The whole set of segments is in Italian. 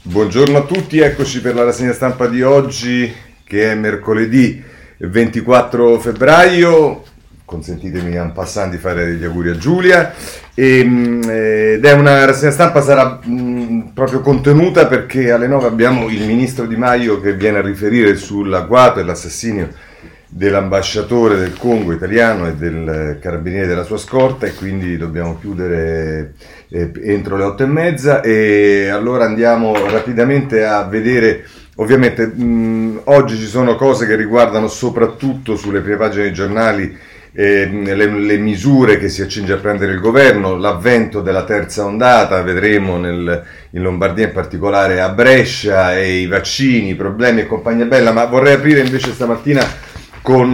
Buongiorno a tutti, eccoci per la rassegna stampa di oggi che è mercoledì 24 febbraio. Consentitemi en passant di fare degli auguri a Giulia ed è una rassegna stampa, sarà proprio contenuta perché alle 9 abbiamo il ministro Di Maio che viene a riferire sull'agguato e l'assassinio dell'ambasciatore del Congo italiano e del carabiniere della sua scorta, e quindi dobbiamo chiudere entro le 8:30, e allora andiamo rapidamente a vedere. Ovviamente oggi ci sono cose che riguardano soprattutto sulle prime pagine dei giornali le misure che si accinge a prendere il governo, l'avvento della terza ondata, vedremo in Lombardia, in particolare a Brescia, e i vaccini, i problemi e compagnia bella. Ma vorrei aprire invece stamattina con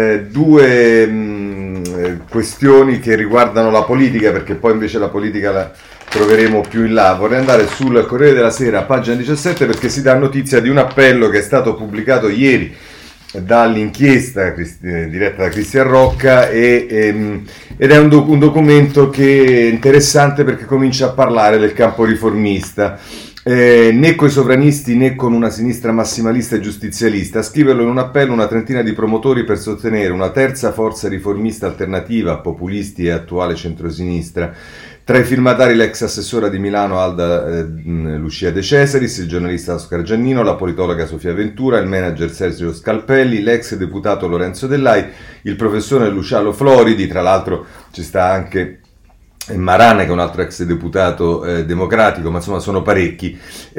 due questioni che riguardano la politica, perché poi invece la politica la troveremo più in là. Vorrei andare sul Corriere della Sera, pagina 17, perché si dà notizia di un appello che è stato pubblicato ieri dall'inchiesta diretta da Cristian Rocca, ed è un documento che è interessante perché comincia a parlare del campo riformista. Né coi sovranisti né con una sinistra massimalista e giustizialista. A scriverlo in un appello una trentina di promotori per sostenere una terza forza riformista alternativa a populisti e attuale centrosinistra. Tra i firmatari l'ex assessora di Milano Alda Lucia De Cesaris, il giornalista Oscar Giannino, la politologa Sofia Ventura, il manager Sergio Scalpelli, l'ex deputato Lorenzo Dellai, il professore Luciano Floridi. Tra l'altro ci sta anche Marana, che è un altro ex deputato democratico, ma insomma sono parecchi.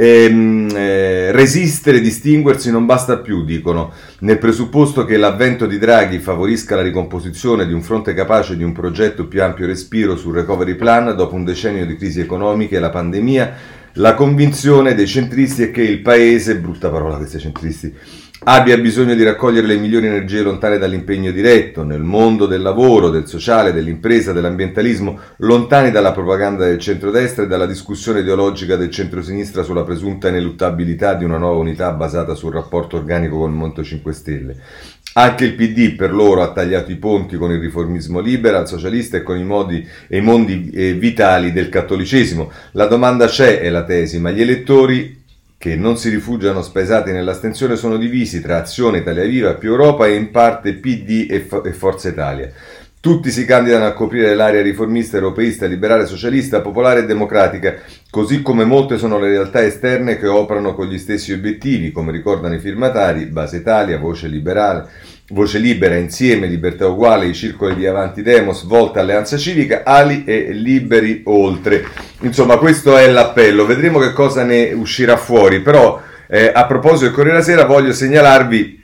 Resistere, distinguersi non basta più, dicono, nel presupposto che l'avvento di Draghi favorisca la ricomposizione di un fronte capace di un progetto più ampio respiro sul recovery plan dopo un decennio di crisi economiche e la pandemia. La convinzione dei centristi è che il paese, brutta parola questi centristi, abbia bisogno di raccogliere le migliori energie lontane dall'impegno diretto, nel mondo del lavoro, del sociale, dell'impresa, dell'ambientalismo, lontani dalla propaganda del centrodestra e dalla discussione ideologica del centrosinistra sulla presunta ineluttabilità di una nuova unità basata sul rapporto organico con il Movimento 5 Stelle. Anche il PD per loro ha tagliato i ponti con il riformismo liberal, socialista e con i mondi vitali del cattolicesimo. La domanda c'è, è la tesi, ma gli elettori che non si rifugiano spaesati nell'astensione sono divisi tra Azione, Italia Viva, Più Europa e in parte PD e Forza Italia. Tutti si candidano a coprire l'area riformista, europeista, liberale, socialista, popolare e democratica, così come molte sono le realtà esterne che operano con gli stessi obiettivi, come ricordano i firmatari: Base Italia, Voce Libera, Insieme, Libertà Uguale, i circoli di Avanti Demos, Volta, Alleanza Civica, Ali e Liberi Oltre. Insomma, questo è l'appello, vedremo che cosa ne uscirà fuori. Però a proposito del Corriere della Sera voglio segnalarvi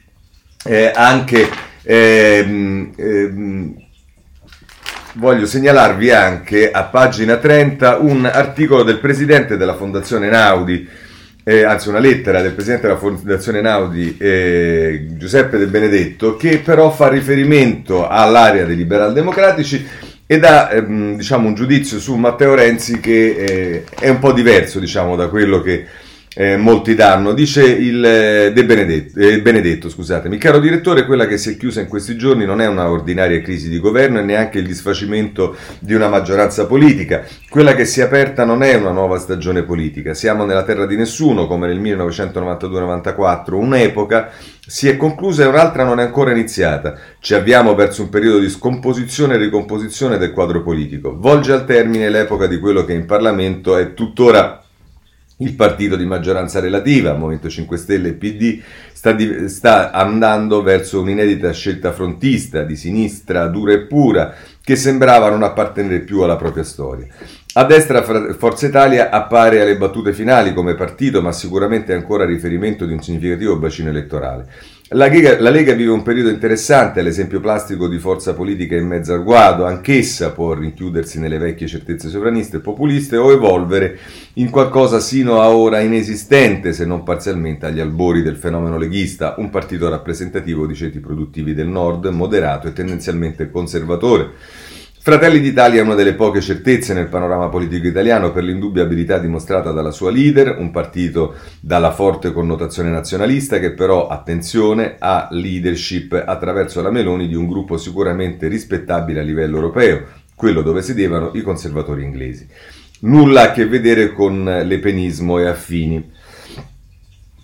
anche a pagina 30 un articolo del presidente della Fondazione Naudi, anzi una lettera del presidente della Fondazione Naudi, Giuseppe De Benedetto, che però fa riferimento all'area dei liberal democratici e dà un giudizio su Matteo Renzi che è un po' diverso da quello che molti danno. Dice il Benedetto, scusatemi: caro direttore, quella che si è chiusa in questi giorni non è una ordinaria crisi di governo e neanche il disfacimento di una maggioranza politica. Quella che si è aperta non è una nuova stagione politica, siamo nella terra di nessuno come nel 1992-94, un'epoca si è conclusa e un'altra non è ancora iniziata. Ci avviamo verso un periodo di scomposizione e ricomposizione del quadro politico. Volge al termine l'epoca di quello che in Parlamento è tuttora il partito di maggioranza relativa, Movimento 5 Stelle e PD, sta andando verso un'inedita scelta frontista, di sinistra dura e pura, che sembrava non appartenere più alla propria storia. A destra Forza Italia appare alle battute finali come partito, ma sicuramente è ancora riferimento di un significativo bacino elettorale. La Lega vive un periodo interessante, l'esempio plastico di forza politica in mezzo al guado. Anch'essa può rinchiudersi nelle vecchie certezze sovraniste e populiste o evolvere in qualcosa sino a ora inesistente, se non parzialmente agli albori del fenomeno leghista, un partito rappresentativo di ceti produttivi del nord, moderato e tendenzialmente conservatore. Fratelli d'Italia è una delle poche certezze nel panorama politico italiano per l'indubbia abilità dimostrata dalla sua leader, un partito dalla forte connotazione nazionalista che però, attenzione, ha leadership attraverso la Meloni di un gruppo sicuramente rispettabile a livello europeo, quello dove sedevano i conservatori inglesi. Nulla a che vedere con lepenismo e affini.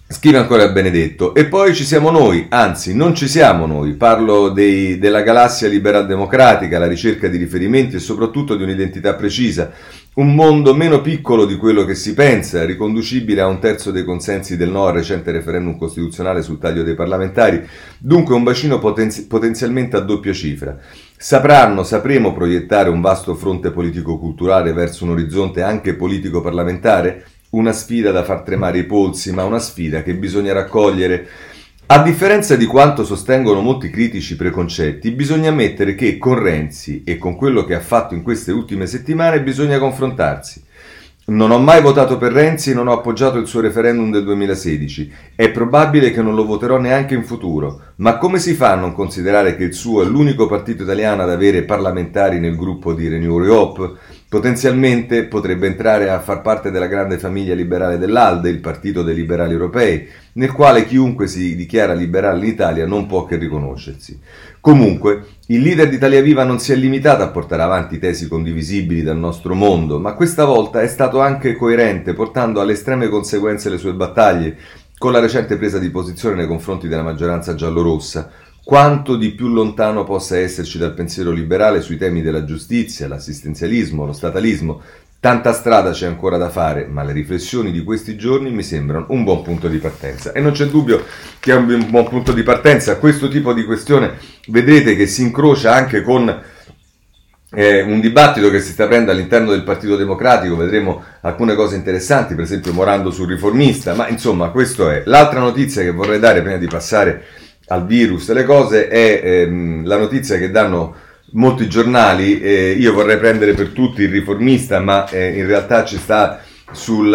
Scrive ancora Benedetto, e poi ci siamo noi, anzi non ci siamo noi, parlo della galassia liberal democratica, la ricerca di riferimenti e soprattutto di un'identità precisa, un mondo meno piccolo di quello che si pensa, riconducibile a un terzo dei consensi del no al recente referendum costituzionale sul taglio dei parlamentari, dunque un bacino potenzialmente a doppia cifra. Sapremo proiettare un vasto fronte politico-culturale verso un orizzonte anche politico-parlamentare? Una sfida da far tremare i polsi, ma una sfida che bisogna raccogliere. A differenza di quanto sostengono molti critici preconcetti, bisogna ammettere che con Renzi e con quello che ha fatto in queste ultime settimane bisogna confrontarsi. Non ho mai votato per Renzi e non ho appoggiato il suo referendum del 2016. È probabile che non lo voterò neanche in futuro. Ma come si fa a non considerare che il suo è l'unico partito italiano ad avere parlamentari nel gruppo di Renew Europe? Potenzialmente potrebbe entrare a far parte della grande famiglia liberale dell'ALDE, il partito dei liberali europei, nel quale chiunque si dichiara liberale in Italia non può che riconoscersi. Comunque, il leader di Italia Viva non si è limitato a portare avanti tesi condivisibili dal nostro mondo, ma questa volta è stato anche coerente, portando alle estreme conseguenze le sue battaglie, con la recente presa di posizione nei confronti della maggioranza giallorossa. Quanto di più lontano possa esserci dal pensiero liberale sui temi della giustizia, l'assistenzialismo, lo statalismo. Tanta strada c'è ancora da fare, ma le riflessioni di questi giorni mi sembrano un buon punto di partenza. E non c'è dubbio che è un buon punto di partenza. Questo tipo di questione, vedrete che si incrocia anche con un dibattito che si sta aprendo all'interno del Partito Democratico. Vedremo alcune cose interessanti, per esempio Morando sul riformista, ma insomma questo è. L'altra notizia che vorrei dare prima di passare al virus e le cose è la notizia che danno molti giornali. Io vorrei prendere per tutti il riformista, ma in realtà ci sta sul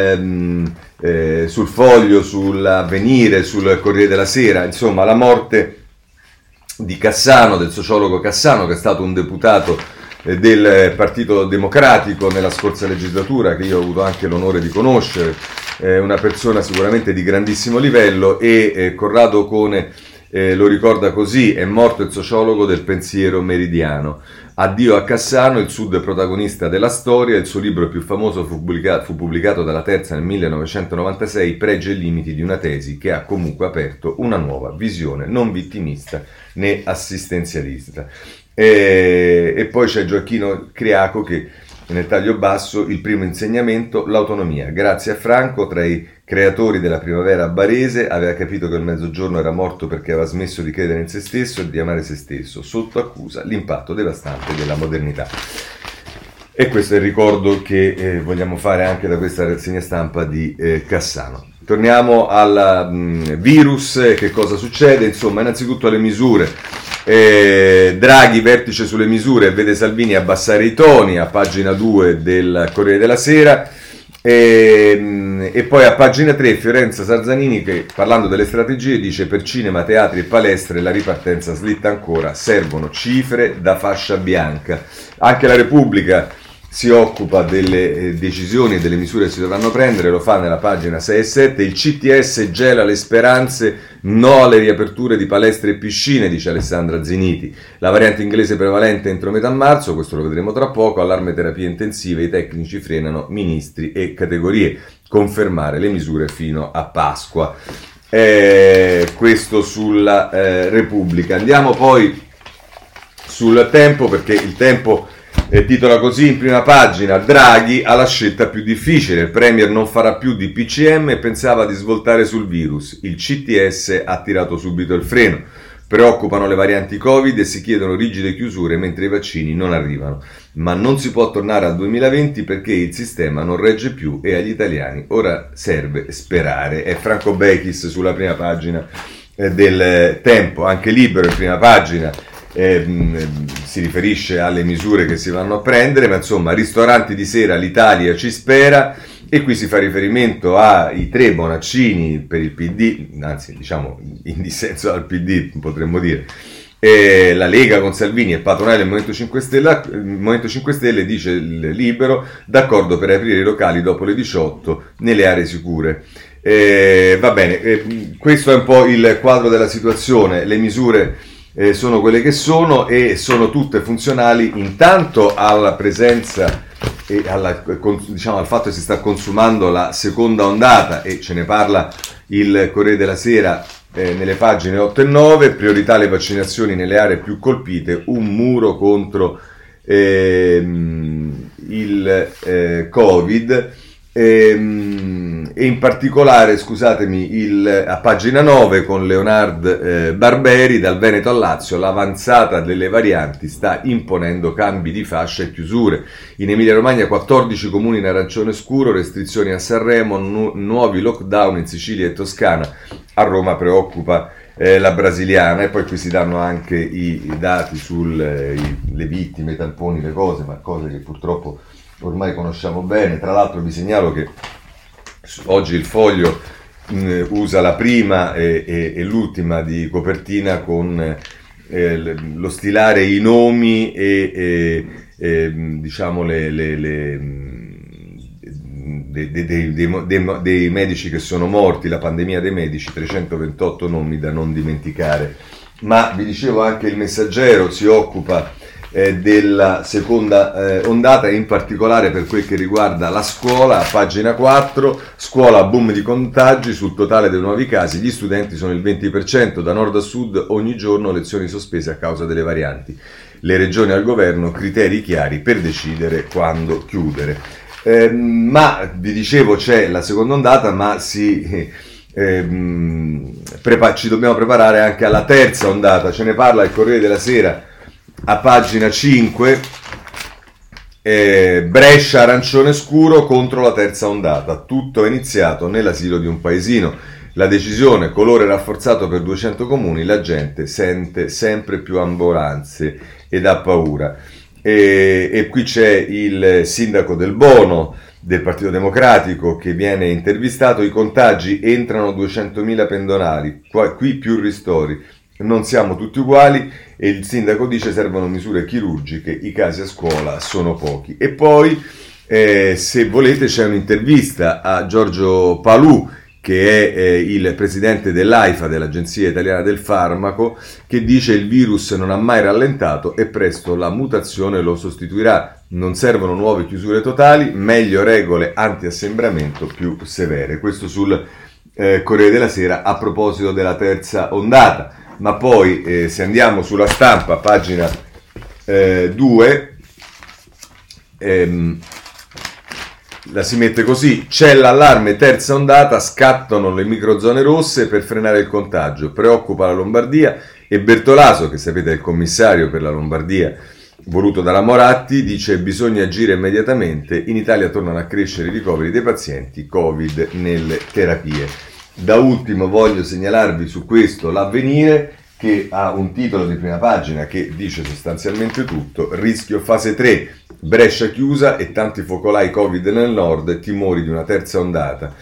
Foglio, sull'Avvenire, sul Corriere della Sera, insomma la morte di Cassano, del sociologo Cassano, che è stato un deputato del Partito Democratico nella scorsa legislatura, che io ho avuto anche l'onore di conoscere, una persona sicuramente di grandissimo livello, e Corrado Ocone lo ricorda così: è morto il sociologo del pensiero meridiano. Addio a Cassano, il Sud è protagonista della storia. Il suo libro più famoso fu pubblicato dalla Terza nel 1996, Pregi e limiti di una tesi, che ha comunque aperto una nuova visione non vittimista né assistenzialista. E poi c'è Gioacchino Criaco che nel taglio basso: il primo insegnamento, l'autonomia. Grazie a Franco, tra i creatori della primavera barese, aveva capito che il Mezzogiorno era morto perché aveva smesso di credere in se stesso e di amare se stesso, sotto accusa l'impatto devastante della modernità. E questo è il ricordo che vogliamo fare anche da questa rassegna stampa di Cassano. Torniamo al virus. Che cosa succede? Insomma, innanzitutto alle misure. Draghi, vertice sulle misure, vede Salvini abbassare i toni, a pagina 2 del Corriere della Sera. E poi a pagina 3 Fiorenza Sarzanini, che parlando delle strategie dice: per cinema, teatri e palestre la ripartenza slitta ancora, servono cifre da fascia bianca. Anche la Repubblica si occupa delle decisioni e delle misure che si dovranno prendere, lo fa nella pagina 6 e 7. Il CTS gela le speranze, no alle riaperture di palestre e piscine, dice Alessandra Ziniti. La variante inglese prevalente entro metà marzo, questo lo vedremo tra poco. Allarme terapie intensive, i tecnici frenano ministri e categorie. Confermare le misure fino a Pasqua. Questo sulla Repubblica. Andiamo poi sul Tempo, perché il Tempo titola così in prima pagina: Draghi ha la scelta più difficile, il Premier non farà più di DPCM e pensava di svoltare sul virus, il CTS ha tirato subito il freno, preoccupano le varianti Covid e si chiedono rigide chiusure mentre i vaccini non arrivano, ma non si può tornare al 2020 perché il sistema non regge più e agli italiani ora serve sperare. È Franco Bechis sulla prima pagina del Tempo. Anche Libero in prima pagina si riferisce alle misure che si vanno a prendere, ma insomma, ristoranti di sera, l'Italia ci spera, e qui si fa riferimento ai 3 Bonaccini per il PD, anzi diciamo in dissenso dal PD potremmo dire. La Lega con Salvini e Patuanelli e il Movimento 5 Stelle, dice il Libero, d'accordo per aprire i locali dopo le 18 nelle aree sicure. Va bene, questo è un po' il quadro della situazione. Le misure sono quelle che sono e sono tutte funzionali intanto alla presenza e al fatto che si sta consumando la seconda ondata, e ce ne parla il Corriere della Sera nelle pagine 8 e 9, priorità le vaccinazioni nelle aree più colpite, un muro contro il Covid. E in particolare, scusatemi, a pagina 9 con Leonard Barberi, dal Veneto al Lazio, l'avanzata delle varianti sta imponendo cambi di fascia e chiusure. In Emilia Romagna 14 comuni in arancione scuro, restrizioni a Sanremo, nuovi lockdown in Sicilia e Toscana. A Roma preoccupa la brasiliana, e poi qui si danno anche i dati sulle vittime, i tamponi, le cose, ma cose che purtroppo ormai conosciamo bene. Tra l'altro vi segnalo che oggi il Foglio usa la prima e l'ultima di copertina con lo stilare i nomi e diciamo dei medici che sono morti, la pandemia dei medici, 328 nomi da non dimenticare. Ma vi dicevo, anche il Messaggero si occupa della seconda ondata, in particolare per quel che riguarda la scuola. A pagina 4, scuola boom di contagi, sul totale dei nuovi casi gli studenti sono il 20%, da nord a sud ogni giorno lezioni sospese a causa delle varianti, le regioni al governo criteri chiari per decidere quando chiudere. Ma vi dicevo, c'è la seconda ondata, ma ci dobbiamo preparare anche alla terza ondata. Ce ne parla il Corriere della Sera a pagina 5, Brescia arancione scuro contro la terza ondata, tutto è iniziato nell'asilo di un paesino, la decisione colore rafforzato per 200 comuni, la gente sente sempre più ambulanze ed ha paura. E qui c'è il sindaco del Bono del Partito Democratico che viene intervistato: i contagi, entrano 200.000 pendolari, qui più ristori, non siamo tutti uguali. E il sindaco dice servono misure chirurgiche, i casi a scuola sono pochi. E poi se volete c'è un'intervista a Giorgio Palù, che è il presidente dell'AIFA, dell'Agenzia Italiana del Farmaco, che dice il virus non ha mai rallentato e presto la mutazione lo sostituirà. Non servono nuove chiusure totali, meglio regole anti-assembramento più severe. Questo sul Corriere della Sera a proposito della terza ondata. Ma poi se andiamo sulla Stampa, pagina 2, la si mette così: c'è l'allarme terza ondata, scattano le microzone rosse per frenare il contagio, preoccupa la Lombardia. E Bertolaso, che sapete è il commissario per la Lombardia voluto dalla Moratti, dice bisogna agire immediatamente, in Italia tornano a crescere i ricoveri dei pazienti Covid nelle terapie. Da ultimo voglio segnalarvi su questo l'Avvenire, che ha un titolo di prima pagina che dice sostanzialmente tutto: rischio fase 3, Brescia chiusa e tanti focolai Covid nel nord, timori di una terza ondata.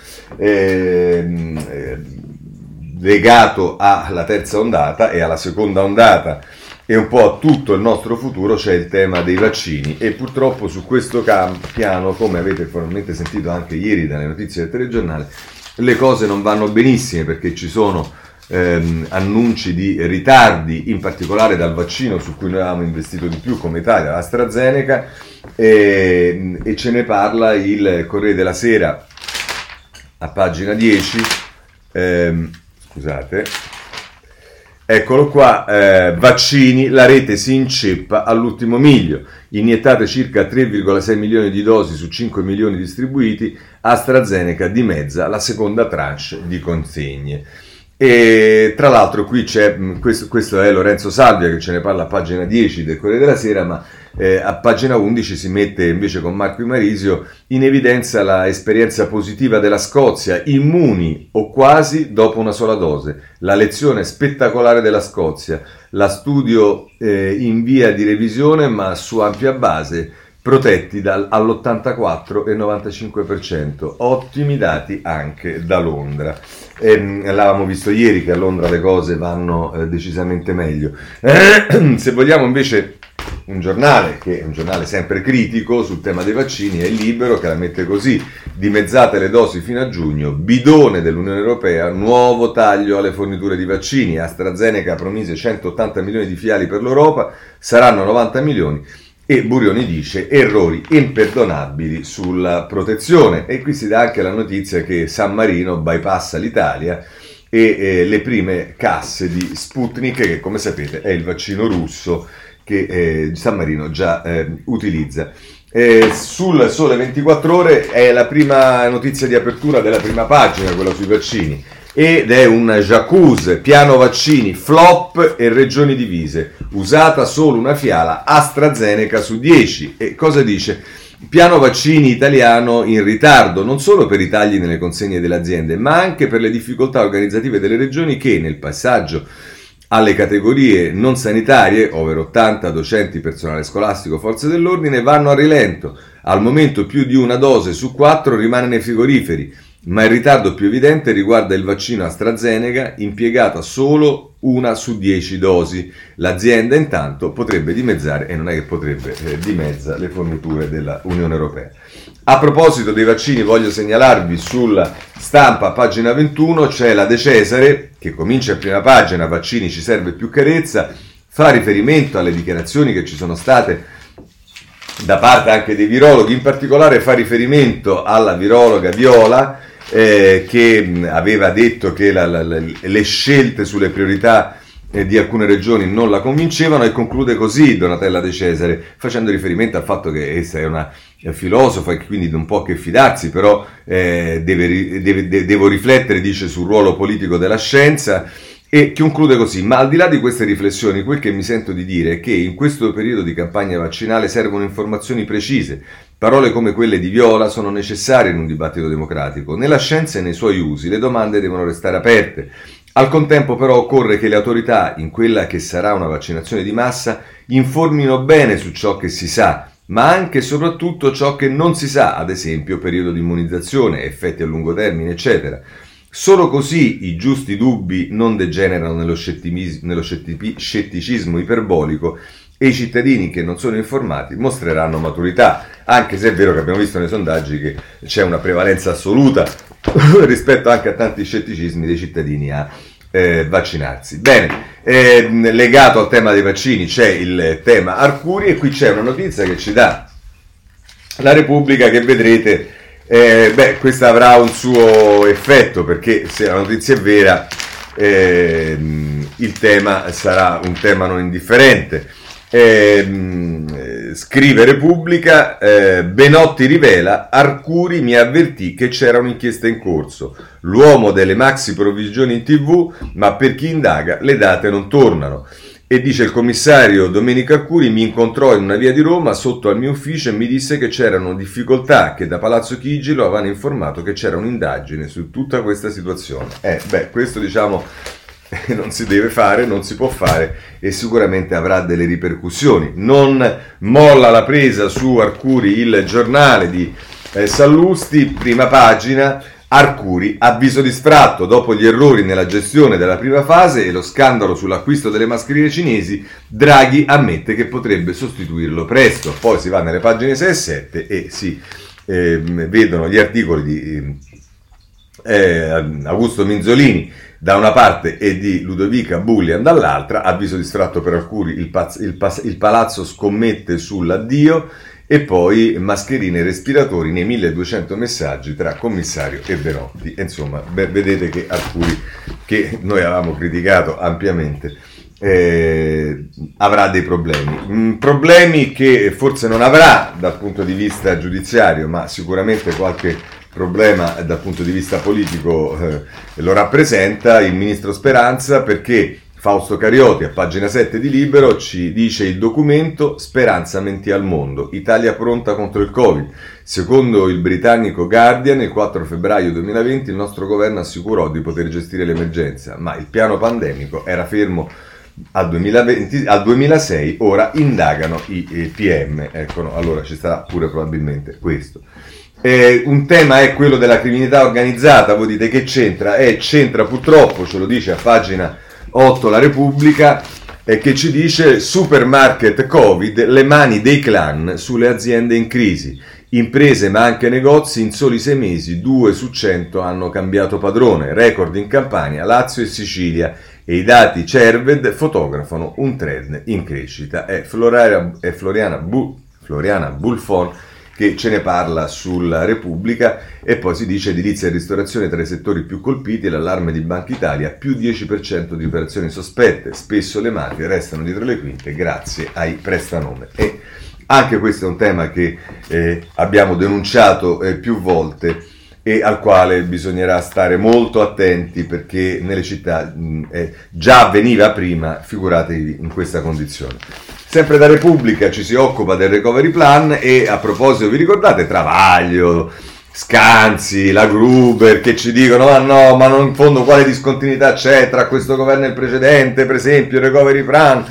Legato alla terza ondata e alla seconda ondata e un po' a tutto il nostro futuro c'è il tema dei vaccini, e purtroppo su questo piano, come avete probabilmente sentito anche ieri dalle notizie del telegiornale, le cose non vanno benissime, perché ci sono annunci di ritardi, in particolare dal vaccino su cui noi avevamo investito di più come Italia, l'AstraZeneca, e ce ne parla il Corriere della Sera a pagina 10. Scusate, eccolo qua, vaccini, la rete si inceppa all'ultimo miglio, iniettate circa 3,6 milioni di dosi su 5 milioni distribuiti, AstraZeneca dimezza la seconda tranche di consegne. E tra l'altro qui c'è, questo è Lorenzo Salvia che ce ne parla a pagina 10 del Corriere della Sera, ma a pagina 11 si mette invece con Marco Imarisio in evidenza la esperienza positiva della Scozia, immuni o quasi dopo una sola dose, la lezione spettacolare della Scozia, la studio in via di revisione ma su ampia base, protetti all'84 e 95%, ottimi dati anche da Londra. L'avevamo visto ieri che a Londra le cose vanno decisamente meglio. Se vogliamo invece un giornale, che è un giornale sempre critico sul tema dei vaccini, è il Libero, che la mette così: dimezzate le dosi fino a giugno, bidone dell'Unione Europea, nuovo taglio alle forniture di vaccini, AstraZeneca promise 180 milioni di fiali per l'Europa, saranno 90 milioni, e Burioni dice errori imperdonabili sulla protezione. E qui si dà anche la notizia che San Marino bypassa l'Italia e le prime casse di Sputnik, che come sapete è il vaccino russo che San Marino già utilizza. Sul Sole 24 Ore è la prima notizia di apertura della prima pagina, quella sui vaccini, ed è un j'accuse, piano vaccini, flop e regioni divise, usata solo una fiala AstraZeneca su 10. E cosa dice? Piano vaccini italiano in ritardo, non solo per i tagli nelle consegne delle aziende, ma anche per le difficoltà organizzative delle regioni che nel passaggio alle categorie non sanitarie, over 80, docenti, personale scolastico, forze dell'ordine, vanno a rilento. Al momento più di una dose su 4 rimane nei frigoriferi, ma il ritardo più evidente riguarda il vaccino AstraZeneca, impiegata solo una su 10 dosi. L'azienda intanto potrebbe dimezzare, e non è che potrebbe, dimezza le forniture della Unione Europea. A proposito dei vaccini voglio segnalarvi sulla Stampa, pagina 21, c'è la De Cesare, che comincia a prima pagina, vaccini ci serve più chiarezza, fa riferimento alle dichiarazioni che ci sono state da parte anche dei virologhi, in particolare fa riferimento alla virologa Viola, che aveva detto che le scelte sulle priorità di alcune regioni non la convincevano, e conclude così Donatella De Cesare, facendo riferimento al fatto che essa è una filosofa e quindi non può che fidarsi, però devo riflettere, dice, sul ruolo politico della scienza, e conclude così: ma al di là di queste riflessioni, quel che mi sento di dire è che in questo periodo di campagna vaccinale servono informazioni precise. Parole come quelle di Viola sono necessarie in un dibattito democratico. Nella scienza e nei suoi usi le domande devono restare aperte. Al contempo però occorre che le autorità, in quella che sarà una vaccinazione di massa, informino bene su ciò che si sa, ma anche e soprattutto ciò che non si sa, ad esempio periodo di immunizzazione, effetti a lungo termine, eccetera. Solo così i giusti dubbi non degenerano nello scetticismo iperbolico e i cittadini che non sono informati mostreranno maturità, anche se è vero che abbiamo visto nei sondaggi che c'è una prevalenza assoluta rispetto anche a tanti scetticismi dei cittadini a vaccinarsi. Bene, legato al tema dei vaccini c'è il tema Arcuri, e qui c'è una notizia che ci dà la Repubblica che vedrete, questa avrà un suo effetto, perché se la notizia è vera il tema sarà un tema non indifferente. Scrive Repubblica, Benotti rivela, Arcuri mi avvertì che c'era un'inchiesta in corso, l'uomo delle maxi provvigioni in TV, ma per chi indaga le date non tornano. E dice il commissario Domenico Arcuri mi incontrò in una via di Roma sotto al mio ufficio e mi disse che c'erano difficoltà, che da Palazzo Chigi lo avevano informato che c'era un'indagine su tutta questa situazione. Questo diciamo non si deve fare, non si può fare, e sicuramente avrà delle ripercussioni. Non molla la presa su Arcuri il giornale di Sallusti, prima pagina. Arcuri, avviso di sfratto dopo gli errori nella gestione della prima fase e lo scandalo sull'acquisto delle mascherine cinesi, Draghi ammette che potrebbe sostituirlo presto. Poi si va nelle pagine 6 e 7 e si vedono gli articoli di Augusto Minzolini da una parte e di Ludovica Bullian dall'altra. Avviso di sfratto per Arcuri, il palazzo scommette sull'addio, e poi mascherine e respiratori nei 1200 messaggi tra commissario e Benotti. Insomma, vedete che Arcuri, che noi avevamo criticato ampiamente, avrà dei problemi che forse non avrà dal punto di vista giudiziario, ma sicuramente qualche problema dal punto di vista politico lo rappresenta il ministro Speranza, perché Fausto Carioti a pagina 7 di Libero ci dice: il documento Speranza mentì al mondo, Italia pronta contro il Covid. Secondo il britannico Guardian, il 4 febbraio 2020 il nostro governo assicurò di poter gestire l'emergenza, ma il piano pandemico era fermo al 2006, ora indagano i PM. Ecco, allora ci sarà pure probabilmente questo. Un tema è quello della criminalità organizzata. Voi dite che c'entra? C'entra purtroppo, ce lo dice a pagina 8 la Repubblica, che ci dice: supermarket Covid, le mani dei clan sulle aziende in crisi. Imprese ma anche negozi in soli 6 mesi, 2 su 100 hanno cambiato padrone, record in Campania, Lazio e Sicilia e i dati Cerved fotografano un trend in crescita. È Floriana Bulfon che ce ne parla sulla Repubblica e poi si dice edilizia e ristorazione tra i settori più colpiti, l'allarme di Banca Italia, più 10% di operazioni sospette, spesso le mafie restano dietro le quinte grazie ai prestanome. E anche questo è un tema che abbiamo denunciato più volte e al quale bisognerà stare molto attenti perché nelle città già avveniva prima, figuratevi in questa condizione. Sempre da Repubblica ci si occupa del recovery plan e a proposito vi ricordate Travaglio, Scanzi, la Gruber che ci dicono no ma non, in fondo quale discontinuità c'è tra questo governo e il precedente, per esempio il recovery plan.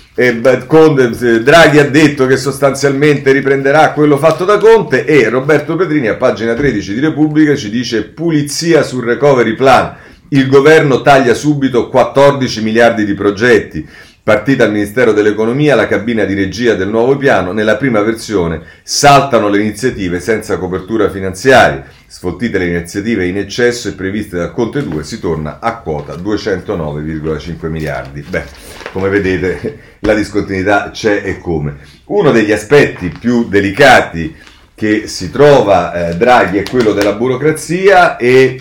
Draghi ha detto che sostanzialmente riprenderà quello fatto da Conte e Roberto Petrini a pagina 13 di Repubblica ci dice pulizia sul recovery plan, il governo taglia subito 14 miliardi di progetti. Partita al Ministero dell'Economia la cabina di regia del nuovo piano, nella prima versione saltano le iniziative senza copertura finanziaria, sfoltite le iniziative in eccesso e previste dal Conte 2 si torna a quota 209,5 miliardi. Beh, come vedete la discontinuità c'è e come. Uno degli aspetti più delicati che si trova Draghi è quello della burocrazia e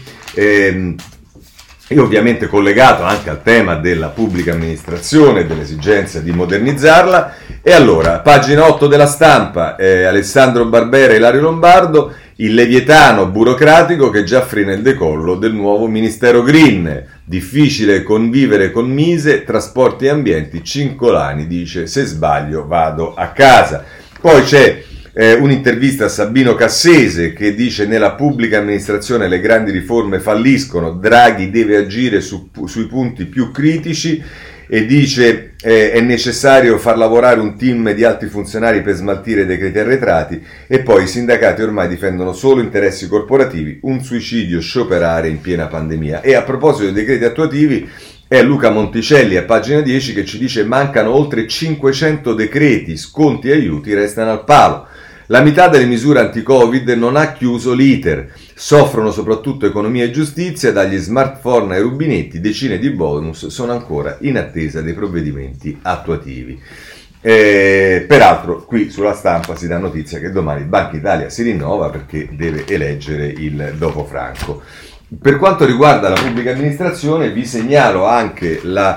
ovviamente collegato anche al tema della pubblica amministrazione, dell'esigenza di modernizzarla. E allora, pagina 8 della Stampa, Alessandro Barbera e Ilario Lombardo, il levietano burocratico che già frena il decollo del nuovo Ministero Green. Difficile convivere con Mise, trasporti e ambienti, Cincolani dice se sbaglio vado a casa. Poi c'è un'intervista a Sabino Cassese che dice nella pubblica amministrazione le grandi riforme falliscono, Draghi deve agire sui punti più critici e dice è necessario far lavorare un team di alti funzionari per smaltire i decreti arretrati e poi i sindacati ormai difendono solo interessi corporativi, un suicidio scioperare in piena pandemia. E a proposito dei decreti attuativi è Luca Monticelli a pagina 10 che ci dice mancano oltre 500 decreti, sconti e aiuti restano al palo. La metà delle misure anti-Covid non ha chiuso l'iter, soffrono soprattutto economia e giustizia, dagli smartphone ai rubinetti, decine di bonus sono ancora in attesa dei provvedimenti attuativi. Peraltro qui sulla Stampa si dà notizia che domani Banca Italia si rinnova perché deve eleggere il dopo Franco. Per quanto riguarda la pubblica amministrazione vi segnalo anche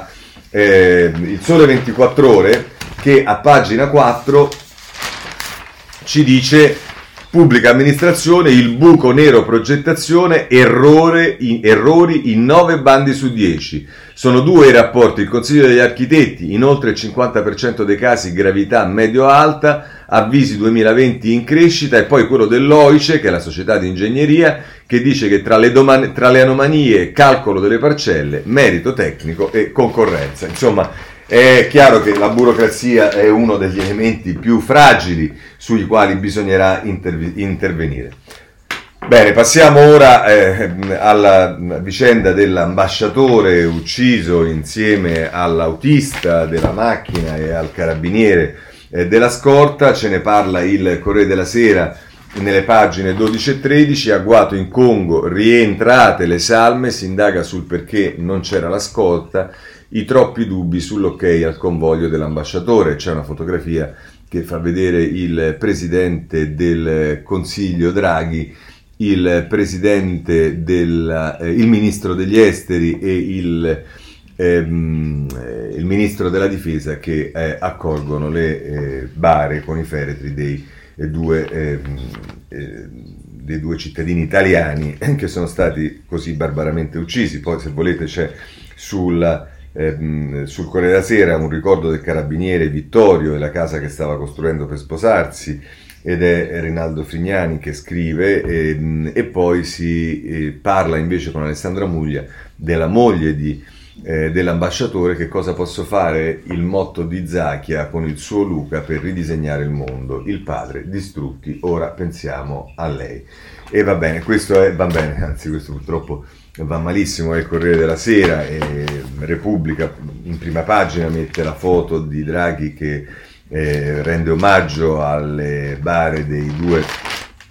il Sole 24 Ore che a pagina 4 ci dice pubblica amministrazione, il buco nero progettazione, errori in 9 bandi su 10. Sono 2 i rapporti, il Consiglio degli Architetti, in oltre il 50% dei casi gravità medio-alta, avvisi 2020 in crescita, e poi quello dell'OICE, che è la società di ingegneria, che dice che tra le anomalie, calcolo delle parcelle, merito tecnico e concorrenza. Insomma, è chiaro che la burocrazia è uno degli elementi più fragili sui quali bisognerà intervenire. Bene, passiamo ora alla vicenda dell'ambasciatore ucciso insieme all'autista della macchina e al carabiniere della scorta. Ce ne parla il Corriere della Sera nelle pagine 12 e 13. Agguato in Congo, rientrate le salme, si indaga sul perché non c'era la scorta, i troppi dubbi sull'ok al convoglio dell'ambasciatore. C'è una fotografia che fa vedere il presidente del Consiglio Draghi, il presidente il ministro degli esteri e il ministro della difesa che accolgono le bare con i feretri dei due cittadini italiani che sono stati così barbaramente uccisi. Poi, se volete, c'è sul Corriere della Sera un ricordo del carabiniere Vittorio e la casa che stava costruendo per sposarsi, ed è Rinaldo Frignani che scrive, e poi si parla invece con Alessandra Muglia della moglie dell'ambasciatore. Che cosa posso fare? Il motto di Zacchia con il suo Luca per ridisegnare il mondo, il padre distrutti, ora pensiamo a lei. E va bene, questo purtroppo va malissimo, è il Corriere della Sera, e Repubblica in prima pagina mette la foto di Draghi che rende omaggio alle bare dei due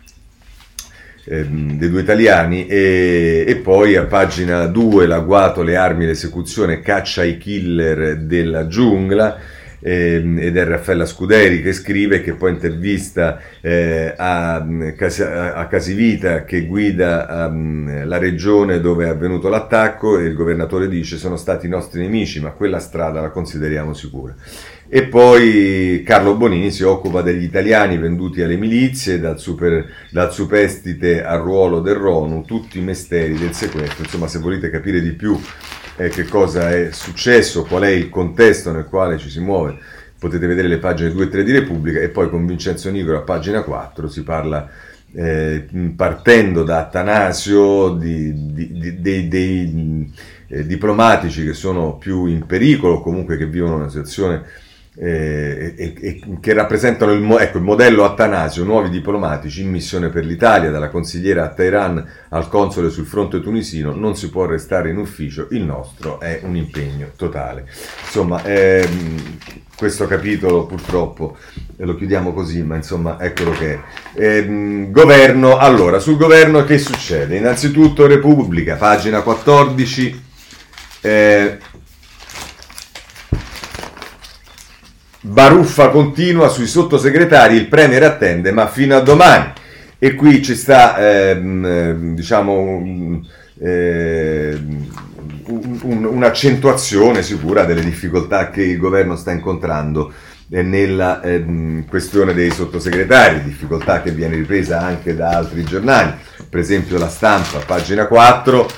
dei due italiani, e poi a pagina 2 l'agguato, le armi, l'esecuzione, caccia ai killer della giungla, ed è Raffaella Scuderi che scrive, che poi intervista a Casivita, che guida la regione dove è avvenuto l'attacco, e il governatore dice: sono stati i nostri nemici, ma quella strada la consideriamo sicura. E poi Carlo Bonini si occupa degli italiani venduti alle milizie, dal superstite al ruolo del RONU, tutti i misteri del sequestro. Insomma, se volete capire di più che cosa è successo, qual è il contesto nel quale ci si muove, potete vedere le pagine 2 e 3 di Repubblica. E poi con Vincenzo Nigro a pagina 4 si parla, partendo da Attanasio, dei diplomatici che sono più in pericolo, comunque che vivono una situazione e che rappresentano il modello Attanasio, nuovi diplomatici in missione per l'Italia, dalla consigliera a Teheran al console sul fronte tunisino. Non si può restare in ufficio, il nostro è un impegno totale. Insomma, questo capitolo purtroppo lo chiudiamo così, ma insomma eccolo che è. Governo, allora, sul governo che succede? Innanzitutto Repubblica, pagina 14, baruffa continua sui sottosegretari, il premier attende ma fino a domani. E qui ci sta un'accentuazione sicura delle difficoltà che il governo sta incontrando nella questione dei sottosegretari, difficoltà che viene ripresa anche da altri giornali, per esempio La Stampa, pagina 4.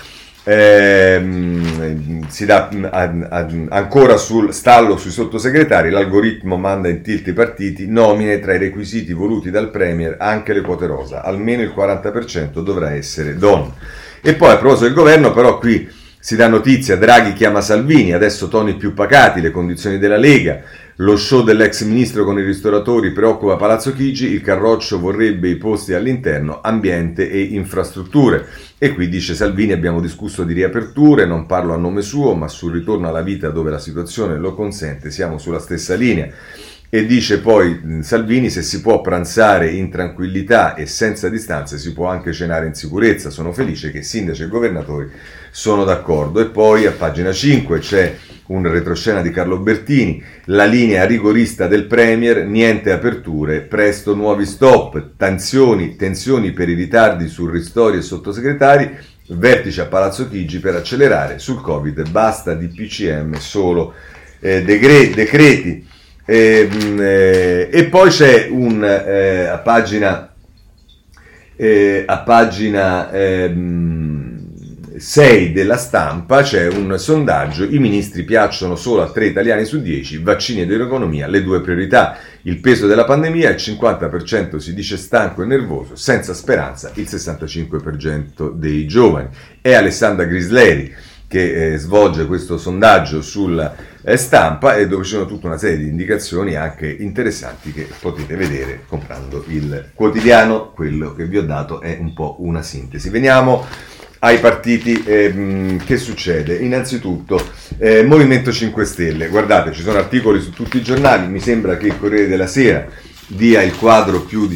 Si dà ancora sul stallo sui sottosegretari, l'algoritmo manda in tilt i partiti, nomine tra i requisiti voluti dal premier anche le quote rosa, almeno il 40% dovrà essere donne. E poi a proposito del governo, però, qui si dà notizia: Draghi chiama Salvini, adesso toni più pacati, le condizioni della Lega, lo show dell'ex ministro con i ristoratori preoccupa Palazzo Chigi, il Carroccio vorrebbe i posti all'interno, ambiente e infrastrutture. E qui dice Salvini: abbiamo discusso di riaperture, non parlo a nome suo, ma sul ritorno alla vita dove la situazione lo consente, siamo sulla stessa linea. E dice poi Salvini: se si può pranzare in tranquillità e senza distanze, si può anche cenare in sicurezza, sono felice che sindaci e governatori sono d'accordo. E poi a pagina 5 c'è un retroscena di Carlo Bertini, la linea rigorista del premier, niente aperture, presto nuovi stop, tensioni per i ritardi su ristori e sottosegretari, vertice a Palazzo Chigi per accelerare sul Covid, basta DPCM, solo decreti. E poi c'è a pagina 6 della Stampa, c'è un sondaggio: i ministri piacciono solo a 3 italiani su 10, vaccini ed economia le due priorità, il peso della pandemia, il 50% si dice stanco e nervoso, senza speranza il 65% dei giovani. È Alessandra Grisleri che svolge questo sondaggio sulla Stampa, e dove ci sono tutta una serie di indicazioni anche interessanti che potete vedere comprando il quotidiano. Quello che vi ho dato è un po' una sintesi. Veniamo ai partiti. Che succede? Innanzitutto Movimento 5 Stelle, guardate, ci sono articoli su tutti i giornali, mi sembra che il Corriere della Sera dia il quadro più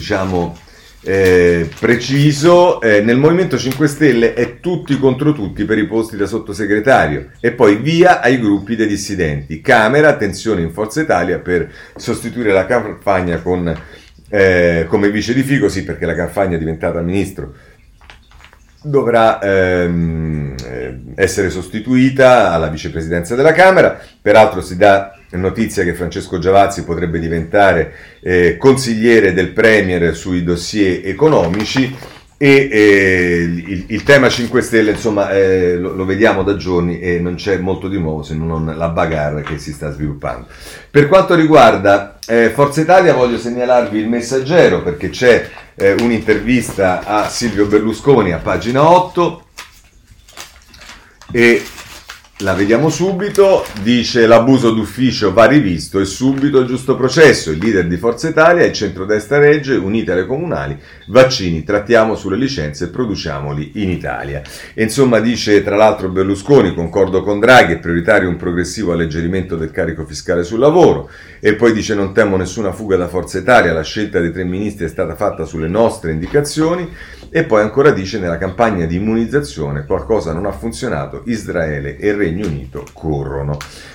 preciso. Nel Movimento 5 Stelle è tutti contro tutti per i posti da sottosegretario, e poi via ai gruppi dei dissidenti. Camera, tensione in Forza Italia per sostituire la Carfagna come vice di Fico, sì, perché la Carfagna è diventata ministro, dovrà essere sostituita alla vicepresidenza della Camera. Peraltro si dà notizia che Francesco Giavazzi potrebbe diventare consigliere del Premier sui dossier economici, e il tema 5 Stelle, insomma, lo vediamo da giorni e non c'è molto di nuovo se non la bagarre che si sta sviluppando. Per quanto riguarda Forza Italia, voglio segnalarvi il Messaggero, perché c'è un'intervista a Silvio Berlusconi a pagina 8 e la vediamo subito. Dice: l'abuso d'ufficio va rivisto e subito il giusto processo, il leader di Forza Italia, il centrodestra regge, unite alle comunali, vaccini, trattiamo sulle licenze e produciamoli in Italia. E insomma, dice tra l'altro Berlusconi: concordo con Draghi, è prioritario un progressivo alleggerimento del carico fiscale sul lavoro. E poi dice: non temo nessuna fuga da Forza Italia, la scelta dei 3 ministri è stata fatta sulle nostre indicazioni. E poi ancora dice: nella campagna di immunizzazione qualcosa non ha funzionato, Israele e il Regno Unito corrono.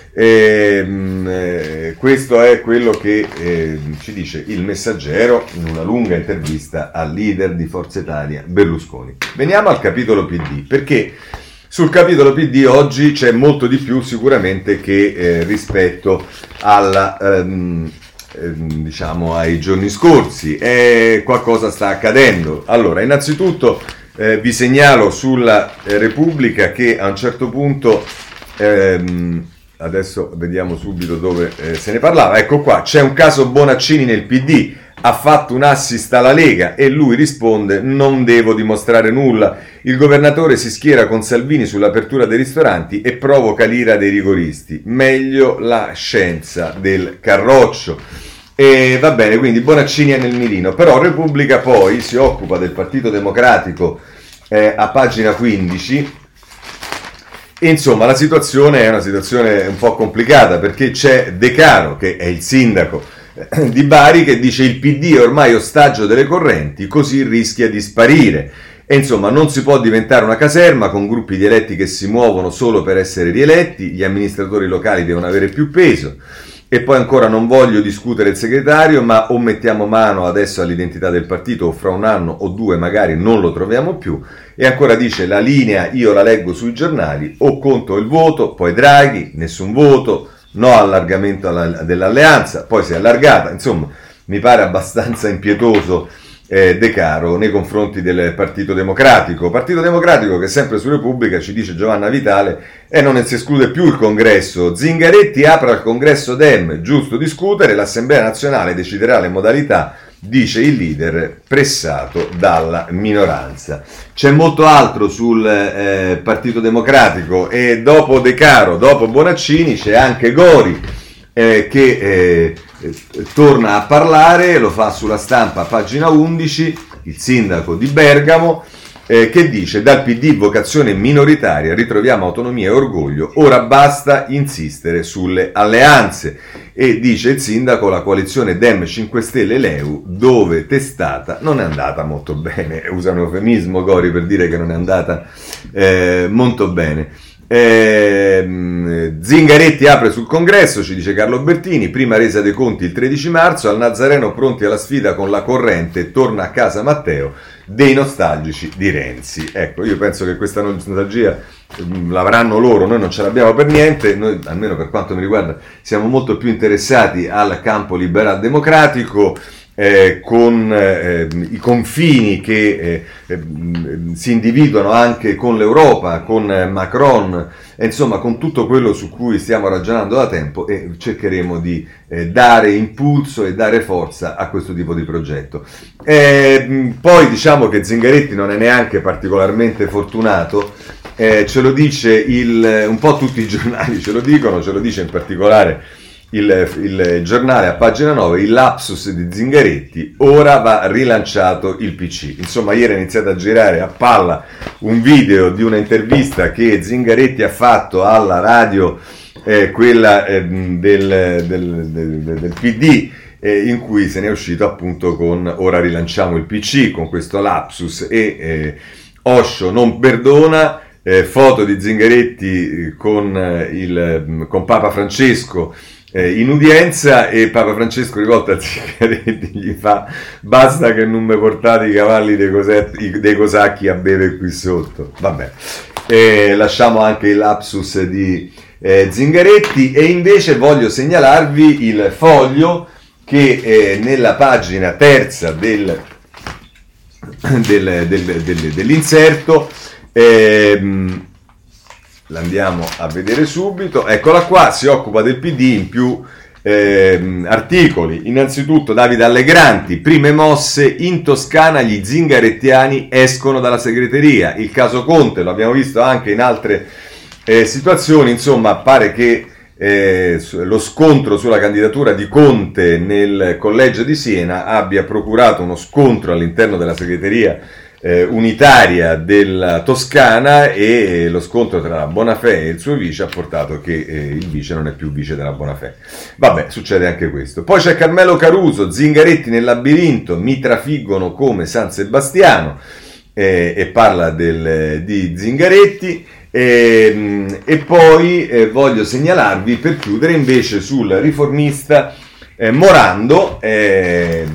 Questo è quello che ci dice il Messaggero in una lunga intervista al leader di Forza Italia, Berlusconi. Veniamo al capitolo PD, perché sul capitolo PD oggi c'è molto di più sicuramente che rispetto alla, diciamo ai giorni scorsi. Qualcosa sta accadendo. Allora, innanzitutto vi segnalo sulla Repubblica che a un certo punto adesso vediamo subito dove se ne parlava. Ecco qua, c'è un caso Bonaccini nel PD, ha fatto un assist alla Lega e lui risponde: non devo dimostrare nulla. Il governatore si schiera con Salvini sull'apertura dei ristoranti e provoca l'ira dei rigoristi. Meglio la scienza del Carroccio. E va bene, quindi Bonaccini è nel mirino. Però Repubblica poi si occupa del Partito Democratico a pagina 15. E insomma la situazione è una situazione un po' complicata, perché c'è De Caro, che è il sindaco di Bari, che dice: il PD è ormai ostaggio delle correnti, così rischia di sparire. E insomma non si può diventare una caserma con gruppi di eletti che si muovono solo per essere rieletti, gli amministratori locali devono avere più peso. E poi ancora: non voglio discutere il segretario, ma o mettiamo mano adesso all'identità del partito o fra un anno o due magari non lo troviamo più. E ancora dice: la linea io la leggo sui giornali, o conto il voto, poi Draghi, nessun voto, no allargamento dell'alleanza, poi si è allargata. Insomma, mi pare abbastanza impietoso De Caro nei confronti del Partito Democratico che sempre su Repubblica ci dice Giovanna Vitale: e non si esclude più il congresso, Zingaretti apre al congresso Dem, giusto discutere, l'Assemblea nazionale deciderà le modalità, dice il leader pressato dalla minoranza. C'è molto altro sul Partito Democratico, e dopo De Caro, dopo Bonaccini, c'è anche Gori che torna a parlare, lo fa sulla Stampa a pagina 11, il sindaco di Bergamo, che dice: dal PD vocazione minoritaria, ritroviamo autonomia e orgoglio, ora basta insistere sulle alleanze. E dice il sindaco: la coalizione Dem 5 Stelle Leu, dove testata, non è andata molto bene. Usa un eufemismo Gori per dire che non è andata molto bene. Zingaretti apre sul congresso, ci dice Carlo Bertini, prima resa dei conti il 13 marzo, al Nazareno pronti alla sfida con la corrente, torna a casa Matteo, dei nostalgici di Renzi. Ecco, io penso che questa nostalgia l'avranno loro, noi non ce l'abbiamo per niente, noi almeno per quanto mi riguarda siamo molto più interessati al campo liberal democratico, con i confini che si individuano anche con l'Europa, con Macron, insomma con tutto quello su cui stiamo ragionando da tempo, e cercheremo di dare impulso e dare forza a questo tipo di progetto. Poi diciamo che Zingaretti non è neanche particolarmente fortunato, ce lo dice un po' tutti i giornali, ce lo dice in particolare il giornale a pagina 9, il lapsus di Zingaretti, ora va rilanciato il PC. Insomma, ieri è iniziato a girare a palla un video di una intervista che Zingaretti ha fatto alla radio, quella del PD, in cui se ne è uscito appunto con ora rilanciamo il PC, con questo lapsus, e Osho non perdona. Foto di Zingaretti con Papa Francesco in udienza, e Papa Francesco rivolto a Zingaretti gli fa: basta che non mi portate i cavalli dei cosacchi a bere qui sotto. Vabbè, lasciamo anche il lapsus di Zingaretti, e invece voglio segnalarvi il Foglio che nella pagina terza dell'inserto, l'andiamo a vedere subito, eccola qua, si occupa del PD in più articoli. Innanzitutto Davide Allegranti: prime mosse in Toscana, gli zingarettiani escono dalla segreteria, il caso Conte lo abbiamo visto anche in altre situazioni. Insomma, pare che lo scontro sulla candidatura di Conte nel collegio di Siena abbia procurato uno scontro all'interno della segreteria unitaria della Toscana, e lo scontro tra la Bonafè e il suo vice ha portato che il vice non è più vice della Bonafè. Vabbè, succede anche questo. Poi c'è Carmelo Caruso: Zingaretti nel labirinto, mi trafiggono come San Sebastiano. e parla di Zingaretti. E poi voglio segnalarvi, per chiudere, invece, sul riformista Morando, che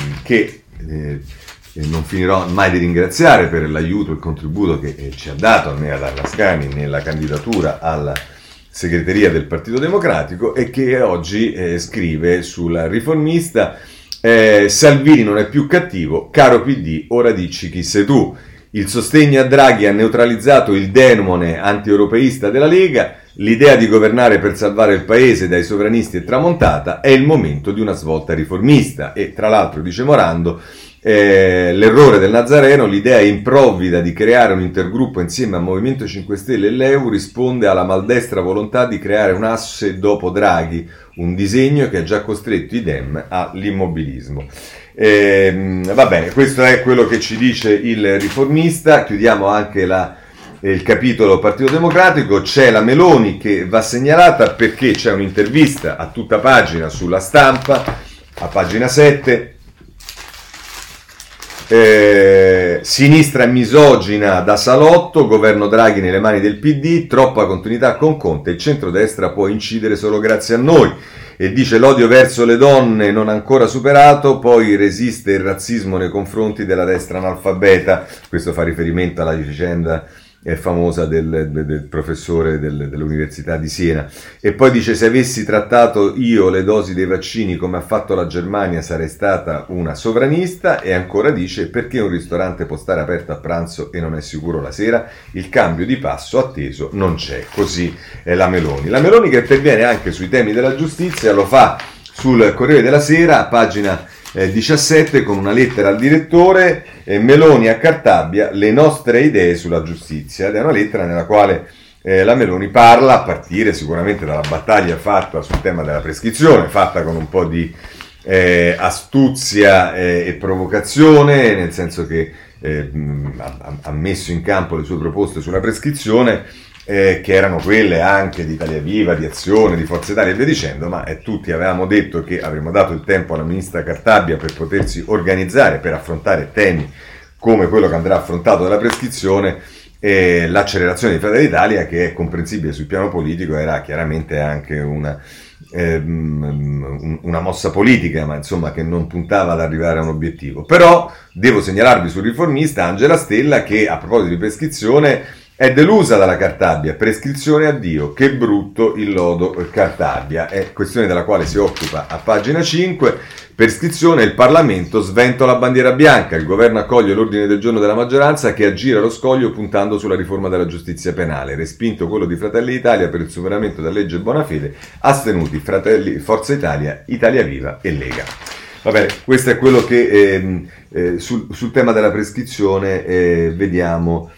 non finirò mai di ringraziare per l'aiuto e il contributo che ci ha dato a me, ad Arlascani, nella candidatura alla segreteria del Partito Democratico, e che oggi scrive sul riformista: Salvini non è più cattivo, caro PD, ora dici chi sei tu. Il sostegno a Draghi ha neutralizzato il demone anti-europeista della Lega, l'idea di governare per salvare il paese dai sovranisti è tramontata, è il momento di una svolta riformista. E tra l'altro, dice Morando, l'errore del Nazareno, l'idea improvvida di creare un intergruppo insieme a Movimento 5 Stelle e l'EU risponde alla maldestra volontà di creare un asse dopo Draghi, un disegno che ha già costretto i Dem all'immobilismo. Va bene, questo è quello che ci dice il riformista. Chiudiamo anche il capitolo Partito Democratico. C'è la Meloni che va segnalata perché c'è un'intervista a tutta pagina sulla Stampa, a pagina 7. Sinistra misogina da salotto, governo Draghi nelle mani del PD, troppa continuità con Conte, il centrodestra può incidere solo grazie a noi. E dice: l'odio verso le donne non ancora superato, poi resiste il razzismo nei confronti della destra analfabeta. Questo fa riferimento alla vicenda famosa del professore dell'Università di Siena. E poi dice: se avessi trattato io le dosi dei vaccini come ha fatto la Germania sarei stata una sovranista. E ancora dice: perché un ristorante può stare aperto a pranzo e non è sicuro la sera? Il cambio di passo atteso non c'è. Così è la Meloni che interviene anche sui temi della giustizia, lo fa sul Corriere della Sera, a pagina 17, con una lettera al direttore. Meloni a Cartabia, le nostre idee sulla giustizia, ed è una lettera nella quale la Meloni parla, a partire sicuramente dalla battaglia fatta sul tema della prescrizione, fatta con un po' di astuzia e provocazione, nel senso che ha messo in campo le sue proposte sulla prescrizione, che erano quelle anche di Italia Viva, di Azione, di Forza Italia e via dicendo, ma tutti avevamo detto che avremmo dato il tempo alla ministra Cartabia per potersi organizzare, per affrontare temi come quello che andrà affrontato dalla prescrizione. L'accelerazione di Fratelli d'Italia, che è comprensibile sul piano politico, era chiaramente anche una mossa politica, ma insomma che non puntava ad arrivare a un obiettivo. Però devo segnalarvi sul riformista Angela Stella, che a proposito di prescrizione è delusa dalla Cartabia. Prescrizione addio, che brutto il lodo Cartabia, è questione della quale si occupa a pagina 5. Prescrizione, il Parlamento sventola la bandiera bianca, il governo accoglie l'ordine del giorno della maggioranza che aggira lo scoglio puntando sulla riforma della giustizia penale, respinto quello di Fratelli d'Italia per il superamento della legge Bonafede, astenuti Forza Italia, Italia Viva e Lega. Va bene, questo è quello che sul tema della prescrizione vediamo.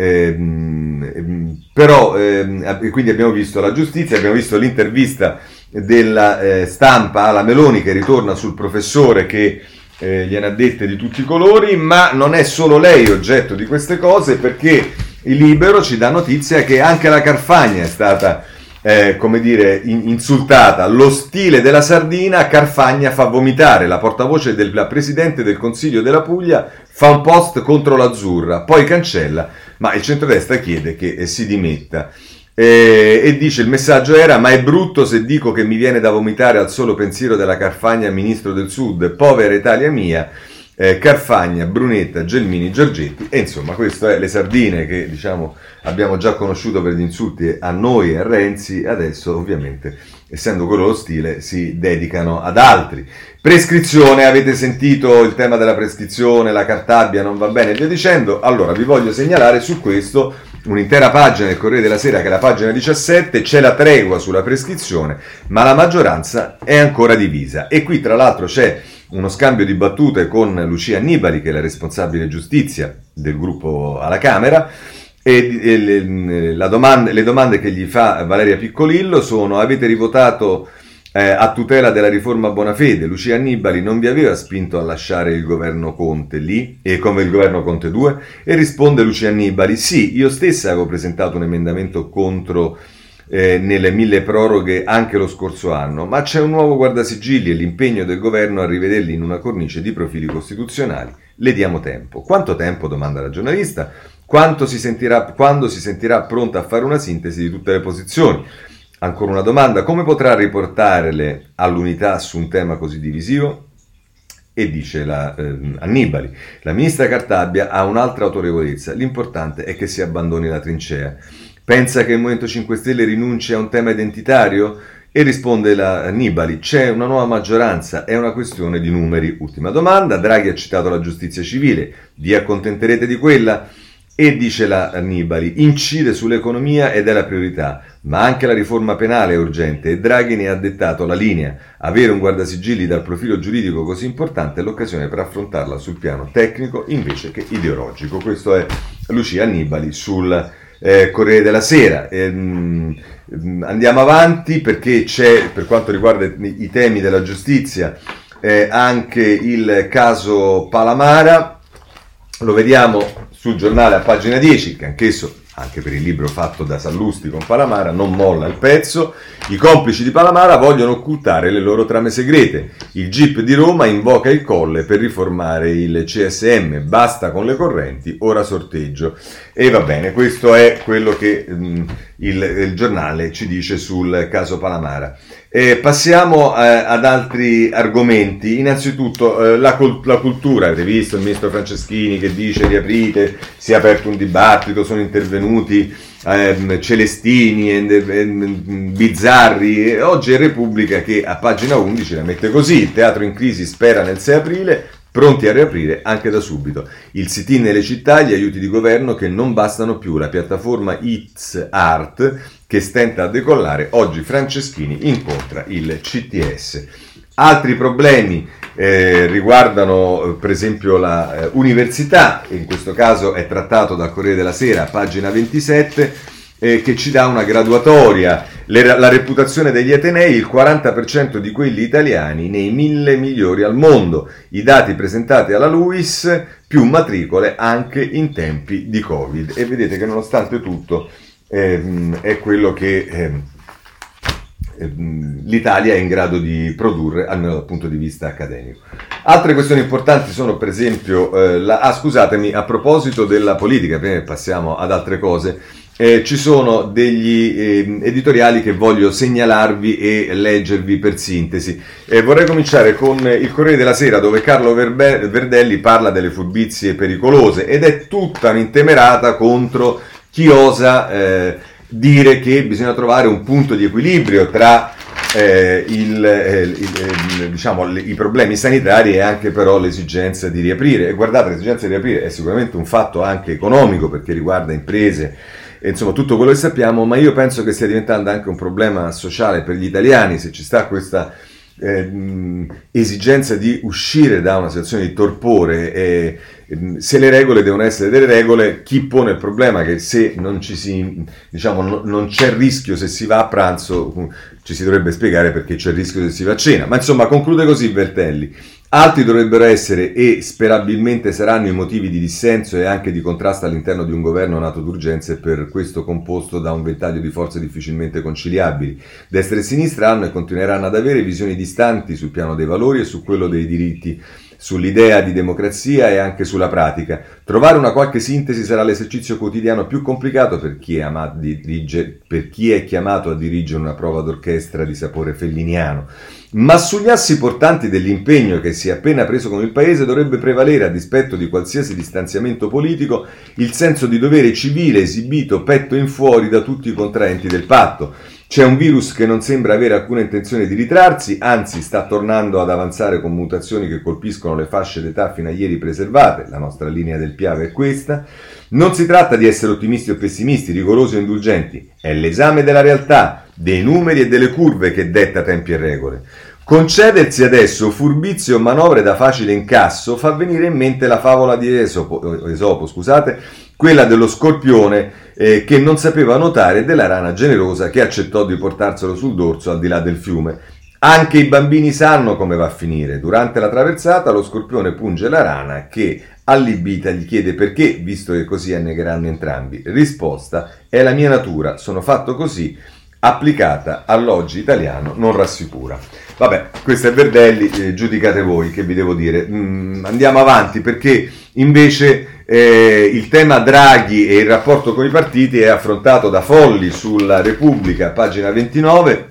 Però quindi abbiamo visto la giustizia, abbiamo visto l'intervista della Stampa alla Meloni, che ritorna sul professore che gliene ha dette di tutti i colori, ma non è solo lei oggetto di queste cose, perché il Libero ci dà notizia che anche la Carfagna è stata insultata. Lo stile della sardina, Carfagna fa vomitare. La portavoce della Presidente del Consiglio della Puglia fa un post contro l'Azzurra, poi cancella, ma il centrodestra chiede che si dimetta. E dice: il messaggio era: ma è brutto se dico che mi viene da vomitare al solo pensiero della Carfagna, ministro del Sud, povera Italia mia. Carfagna, Brunetta, Gelmini, Giorgetti, e insomma questo è le sardine che abbiamo già conosciuto per gli insulti a noi e a Renzi. Adesso ovviamente, essendo quello lo stile, si dedicano ad altri. Prescrizione, avete sentito il tema della prescrizione, la Cartabia non va bene e via dicendo. Allora vi voglio segnalare su questo un'intera pagina del Corriere della Sera, che è la pagina 17, c'è la tregua sulla prescrizione, ma la maggioranza è ancora divisa. E qui tra l'altro c'è uno scambio di battute con Lucia Annibali, che è la responsabile giustizia del gruppo alla Camera, e le domande che gli fa Valeria Piccolillo sono: avete rivotato a tutela della riforma Bonafede? Lucia Annibali non vi aveva spinto a lasciare il governo Conte lì, e come il governo Conte 2? E risponde Lucia Annibali: sì, io stessa avevo presentato un emendamento contro nelle 1000 proroghe anche lo scorso anno, ma c'è un nuovo guardasigilli e l'impegno del governo a rivederli in una cornice di profili costituzionali. le diamo tempo. Quanto tempo? Domanda la giornalista. Quando si sentirà pronta a fare una sintesi di tutte le posizioni? Ancora una domanda, come potrà riportarle all'unità su un tema così divisivo? E dice Annibali, la ministra Cartabia ha un'altra autorevolezza, l'importante è che si abbandoni la trincea. Pensa che il Movimento 5 Stelle rinunci a un tema identitario? E risponde Annibali, c'è una nuova maggioranza, è una questione di numeri. Ultima domanda, Draghi ha citato la giustizia civile, vi accontenterete di quella? E dice Annibali, incide sull'economia ed è la priorità, ma anche la riforma penale è urgente e Draghi ne ha dettato la linea. Avere un guardasigilli dal profilo giuridico così importante è l'occasione per affrontarla sul piano tecnico invece che ideologico. Questo è Lucia Annibali sul Corriere della Sera. Andiamo avanti perché c'è, per quanto riguarda i temi della giustizia, anche il caso Palamara. Lo vediamo sul giornale a pagina 10, che anch'esso, anche per il libro fatto da Sallusti con Palamara, non molla il pezzo. I complici di Palamara vogliono occultare le loro trame segrete. Il GIP di Roma invoca il Colle per riformare il CSM. Basta con le correnti, ora sorteggio. E va bene, questo è quello che il giornale ci dice sul caso Palamara. Passiamo ad altri argomenti. Innanzitutto la cultura. Avete visto il ministro Franceschini che dice riaprite, si è aperto un dibattito, sono intervenuti Celestini e Bizzarri. Oggi è Repubblica che a pagina 11 la mette così: il teatro in crisi spera nel 6 aprile, pronti a riaprire anche da subito. Il sit-in nelle città, gli aiuti di governo che non bastano più, la piattaforma It's Art che stenta a decollare. Oggi Franceschini incontra il CTS. Altri problemi riguardano per esempio la università, in questo caso è trattato dal Corriere della Sera, pagina 27, che ci dà una graduatoria. La reputazione degli atenei, il 40% di quelli italiani nei 1000 migliori al mondo. I dati presentati alla LUIS, più matricole anche in tempi di Covid. E vedete che nonostante tutto è quello che l'Italia è in grado di produrre, almeno dal punto di vista accademico. Altre questioni importanti sono per esempio scusatemi, a proposito della politica, prima passiamo ad altre cose. Ci sono degli editoriali che voglio segnalarvi e leggervi per sintesi. Vorrei cominciare con il Corriere della Sera, dove Carlo Verdelli parla delle furbizie pericolose ed è tutta un'intemerata contro chi osa dire che bisogna trovare un punto di equilibrio tra i problemi sanitari e anche però l'esigenza di riaprire. E guardate, l'esigenza di riaprire è sicuramente un fatto anche economico perché riguarda imprese, insomma tutto quello che sappiamo, ma io penso che stia diventando anche un problema sociale per gli italiani, se ci sta questa esigenza di uscire da una situazione di torpore. Se le regole devono essere delle regole, chi pone il problema che se non non c'è rischio se si va a pranzo, ci si dovrebbe spiegare perché c'è il rischio se si va a cena. Ma insomma conclude così Verdelli. Altri dovrebbero essere e sperabilmente saranno i motivi di dissenso e anche di contrasto all'interno di un governo nato d'urgenza e per questo composto da un ventaglio di forze difficilmente conciliabili. Destra e sinistra hanno e continueranno ad avere visioni distanti sul piano dei valori e su quello dei diritti, sull'idea di democrazia e anche sulla pratica. Trovare una qualche sintesi sarà l'esercizio quotidiano più complicato per chi è chiamato a dirigere una prova d'orchestra di sapore felliniano. Ma sugli assi portanti dell'impegno che si è appena preso con il Paese dovrebbe prevalere, a dispetto di qualsiasi distanziamento politico, il senso di dovere civile esibito petto in fuori da tutti i contraenti del patto. C'è un virus che non sembra avere alcuna intenzione di ritrarsi, anzi sta tornando ad avanzare con mutazioni che colpiscono le fasce d'età fino a ieri preservate, la nostra linea del Piave è questa. Non si tratta di essere ottimisti o pessimisti, rigorosi o indulgenti, è l'esame della realtà, dei numeri e delle curve che detta tempi e regole. Concedersi adesso furbizie o manovre da facile incasso fa venire in mente la favola di Esopo, quella dello scorpione che non sapeva nuotare e della rana generosa che accettò di portarselo sul dorso al di là del fiume. Anche i bambini sanno come va a finire. Durante la traversata lo scorpione punge la rana che, allibita, gli chiede perché, visto che così annegheranno entrambi. Risposta: è la mia natura, sono fatto così, applicata all'oggi italiano non rassicura. Vabbè, questo è Verdelli, giudicate voi, che vi devo dire. Andiamo avanti perché invece il tema Draghi e il rapporto con i partiti è affrontato da Folli sulla Repubblica, pagina 29.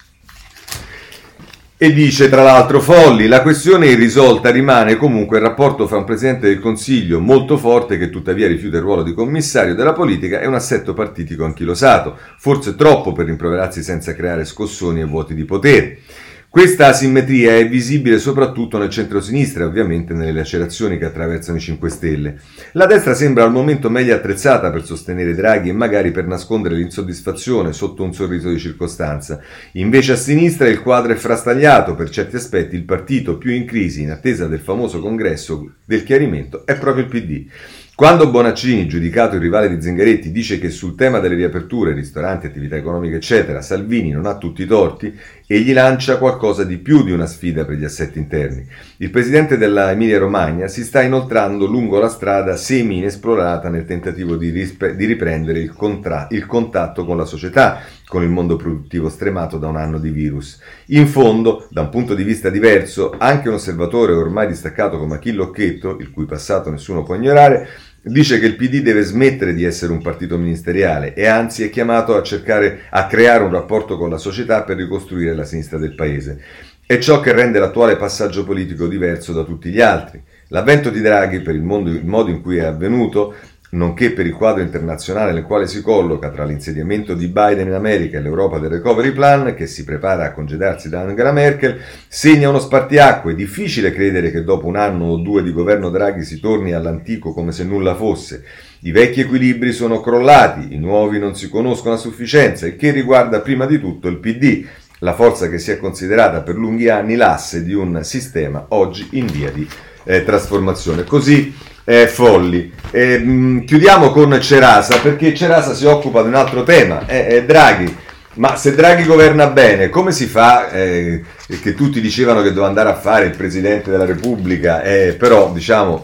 E dice tra l'altro Folli, la questione irrisolta rimane comunque il rapporto fra un Presidente del Consiglio molto forte che tuttavia rifiuta il ruolo di commissario della politica e un assetto partitico anchilosato, forse troppo per rimproverarsi senza creare scossoni e vuoti di potere. Questa asimmetria è visibile soprattutto nel centro-sinistra e ovviamente nelle lacerazioni che attraversano i 5 Stelle. La destra sembra al momento meglio attrezzata per sostenere Draghi e magari per nascondere l'insoddisfazione sotto un sorriso di circostanza. Invece a sinistra il quadro è frastagliato, per certi aspetti il partito più in crisi in attesa del famoso congresso del chiarimento è proprio il PD. Quando Bonaccini, giudicato il rivale di Zingaretti, dice che sul tema delle riaperture, ristoranti, attività economiche, eccetera, Salvini non ha tutti i torti, egli lancia qualcosa di più di una sfida per gli assetti interni. Il presidente della Emilia-Romagna si sta inoltrando lungo la strada semi-inesplorata nel tentativo di riprendere il contatto con la società, con il mondo produttivo stremato da un anno di virus. In fondo, da un punto di vista diverso, anche un osservatore ormai distaccato come Achille Occhetto, il cui passato nessuno può ignorare, dice che il PD deve smettere di essere un partito ministeriale e anzi è chiamato a creare un rapporto con la società per ricostruire la sinistra del paese. È ciò che rende l'attuale passaggio politico diverso da tutti gli altri. L'avvento di Draghi, per il modo in cui è avvenuto, nonché per il quadro internazionale nel quale si colloca tra l'insediamento di Biden in America e l'Europa del Recovery Plan, che si prepara a congedarsi da Angela Merkel, segna uno spartiacque. Difficile credere che dopo un anno o due di governo Draghi si torni all'antico come se nulla fosse. I vecchi equilibri sono crollati, i nuovi non si conoscono a sufficienza, il che riguarda prima di tutto il PD, la forza che si è considerata per lunghi anni l'asse di un sistema oggi in via di trasformazione. Così Folli. Chiudiamo con Cerasa, perché Cerasa si occupa di un altro tema, Draghi. Ma se Draghi governa bene, come si fa, che tutti dicevano che doveva andare a fare il Presidente della Repubblica, però diciamo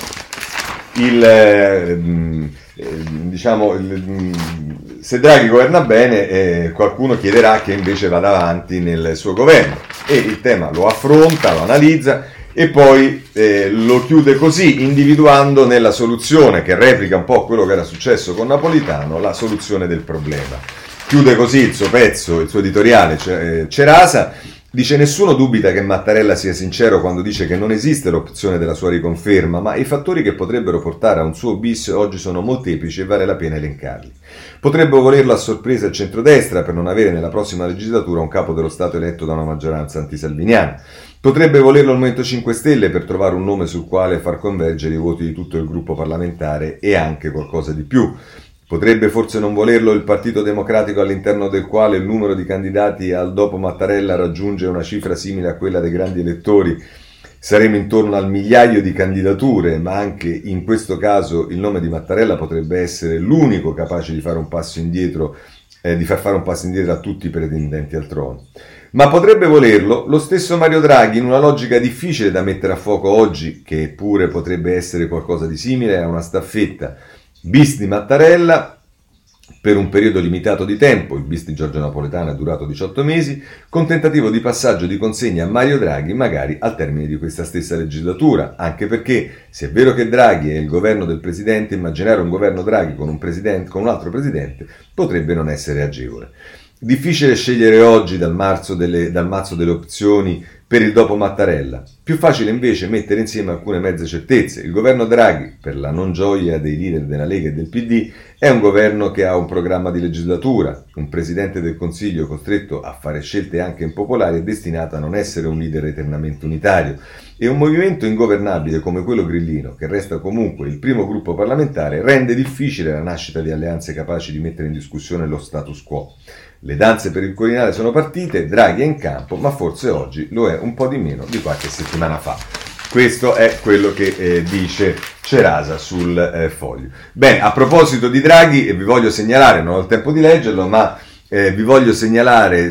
se Draghi governa bene, qualcuno chiederà che invece vada avanti nel suo governo, e il tema lo affronta, lo analizza e poi lo chiude così, individuando nella soluzione, che replica un po' quello che era successo con Napolitano, la soluzione del problema. Chiude così il suo pezzo, il suo editoriale, Cerasa. Dice: nessuno dubita che Mattarella sia sincero quando dice che non esiste l'opzione della sua riconferma, ma i fattori che potrebbero portare a un suo bis oggi sono molteplici e vale la pena elencarli. Potrebbe volerlo a sorpresa il centrodestra per non avere nella prossima legislatura un capo dello Stato eletto da una maggioranza antisalviniana. Potrebbe volerlo il Movimento 5 Stelle per trovare un nome sul quale far convergere i voti di tutto il gruppo parlamentare e anche qualcosa di più. Potrebbe forse non volerlo il Partito Democratico, all'interno del quale il numero di candidati al dopo Mattarella raggiunge una cifra simile a quella dei grandi elettori. Saremo intorno al 1.000.000 di candidature, ma anche in questo caso il nome di Mattarella potrebbe essere l'unico capace di fare un passo indietro, di far fare un passo indietro a tutti i pretendenti al trono. Ma potrebbe volerlo lo stesso Mario Draghi, in una logica difficile da mettere a fuoco oggi, che pure potrebbe essere qualcosa di simile a una staffetta. Bis di Mattarella per un periodo limitato di tempo, il bis di Giorgio Napolitano è durato 18 mesi, con tentativo di passaggio di consegna a Mario Draghi magari al termine di questa stessa legislatura, anche perché se è vero che Draghi è il governo del presidente, immaginare un governo Draghi con un altro presidente potrebbe non essere agevole. Difficile scegliere oggi dal mazzo delle opzioni per il dopo Mattarella. Più facile invece mettere insieme alcune mezze certezze. Il governo Draghi, per la non gioia dei leader della Lega e del PD, è un governo che ha un programma di legislatura. Un Presidente del Consiglio costretto a fare scelte anche impopolari è destinato a non essere un leader eternamente unitario. E un movimento ingovernabile come quello grillino, che resta comunque il primo gruppo parlamentare, rende difficile la nascita di alleanze capaci di mettere in discussione lo status quo. Le danze per il Quirinale sono partite, Draghi è in campo, ma forse oggi lo è un po' di meno di qualche settimana fa. Questo è quello che dice Cerasa sul Foglio. Bene, a proposito di Draghi, vi voglio segnalare, non ho il tempo di leggerlo, ma vi voglio segnalare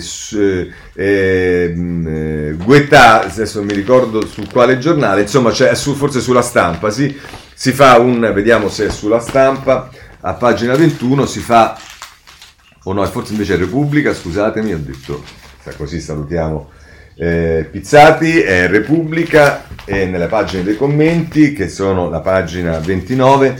Guetta, adesso non mi ricordo su quale giornale, insomma c'è forse sulla Stampa, si fa vediamo se è sulla Stampa, a pagina 21 si fa o no, forse invece è Repubblica, scusatemi, ho detto, così salutiamo Pizzati, è Repubblica, e nelle pagine dei commenti, che sono la pagina 29,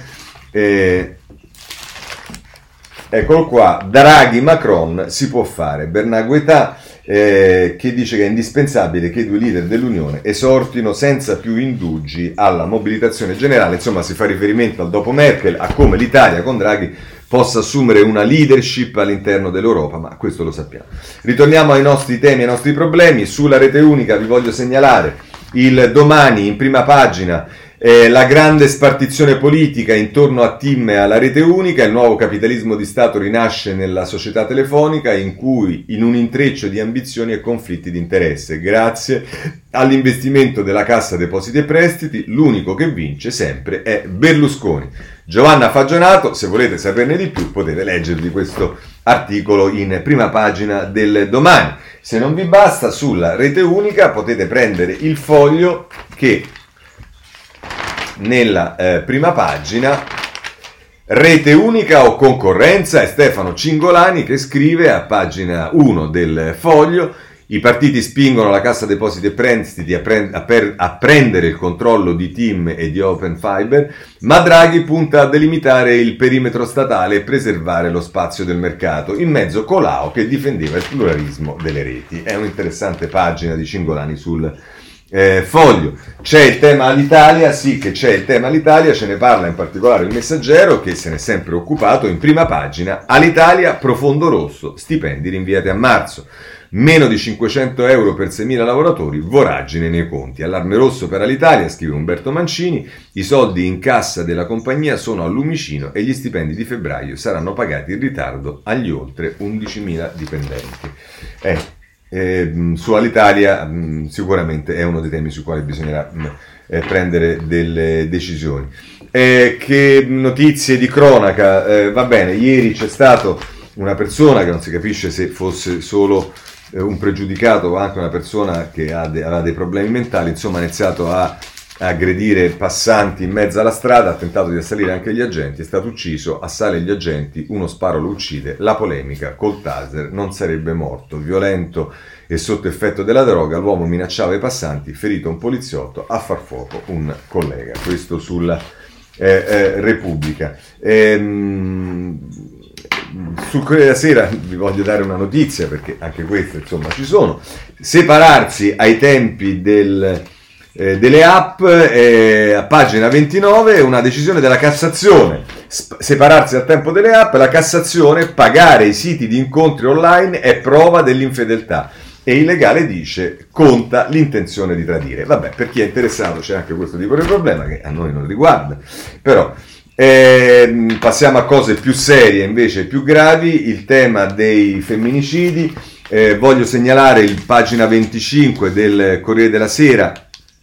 eccolo qua, Draghi-Macron si può fare, Bernard Guetta, che dice che è indispensabile che i due leader dell'Unione esortino senza più indugi alla mobilitazione generale. Insomma, si fa riferimento al dopo Merkel, a come l'Italia con Draghi possa assumere una leadership all'interno dell'Europa, ma questo lo sappiamo. Ritorniamo ai nostri temi, ai nostri problemi. Sulla rete unica vi voglio segnalare il Domani in prima pagina, la grande spartizione politica intorno a TIM e alla rete unica. Il nuovo capitalismo di Stato rinasce nella società telefonica, in cui in un intreccio di ambizioni e conflitti di interesse. Grazie all'investimento della Cassa Depositi e Prestiti, l'unico che vince sempre è Berlusconi. Giovanna Fagionato, se volete saperne di più potete leggervi questo articolo in prima pagina del Domani. Se non vi basta, sulla rete unica potete prendere il Foglio, che nella prima pagina, rete unica o concorrenza, è Stefano Cingolani che scrive a pagina 1 del Foglio: i partiti spingono la Cassa Depositi e Prestiti a prendere il controllo di TIM e di Open Fiber, ma Draghi punta a delimitare il perimetro statale e preservare lo spazio del mercato, in mezzo Colau che difendeva il pluralismo delle reti. È un'interessante pagina di Cingolani sul Foglio. C'è il tema all'Italia, sì che c'è il tema all'Italia, ce ne parla in particolare il Messaggero, che se ne è sempre occupato. In prima pagina: all'Italia profondo rosso, stipendi rinviati a marzo, meno di 500 euro per 6.000 lavoratori, voragine nei conti. Allarme rosso per Alitalia, scrive Umberto Mancini, i soldi in cassa della compagnia sono al lumicino e gli stipendi di febbraio saranno pagati in ritardo agli oltre 11.000 dipendenti. Su Alitalia sicuramente è uno dei temi sui quali bisognerà prendere delle decisioni. Che notizie di cronaca, va bene, ieri c'è stato una persona che non si capisce se fosse solo un pregiudicato o anche una persona che aveva dei problemi mentali, insomma ha iniziato a aggredire passanti in mezzo alla strada, ha tentato di assalire anche gli agenti, è stato ucciso, assale gli agenti, uno sparo lo uccide, la polemica col taser, non sarebbe morto, violento e sotto effetto della droga, l'uomo minacciava i passanti, ferito un poliziotto, a far fuoco un collega. Questo sulla Repubblica. Su Corriere della Sera vi voglio dare una notizia, perché anche queste insomma ci sono. Separarsi ai tempi delle app, a pagina 29, una decisione della Cassazione. Separarsi al tempo delle app, la Cassazione: pagare i siti di incontri online è prova dell'infedeltà. E il legale dice: conta l'intenzione di tradire. Vabbè, per chi è interessato c'è anche questo tipo di problema che a noi non riguarda, però passiamo a cose più serie, invece più gravi, il tema dei femminicidi. Voglio segnalare il pagina 25 del Corriere della Sera.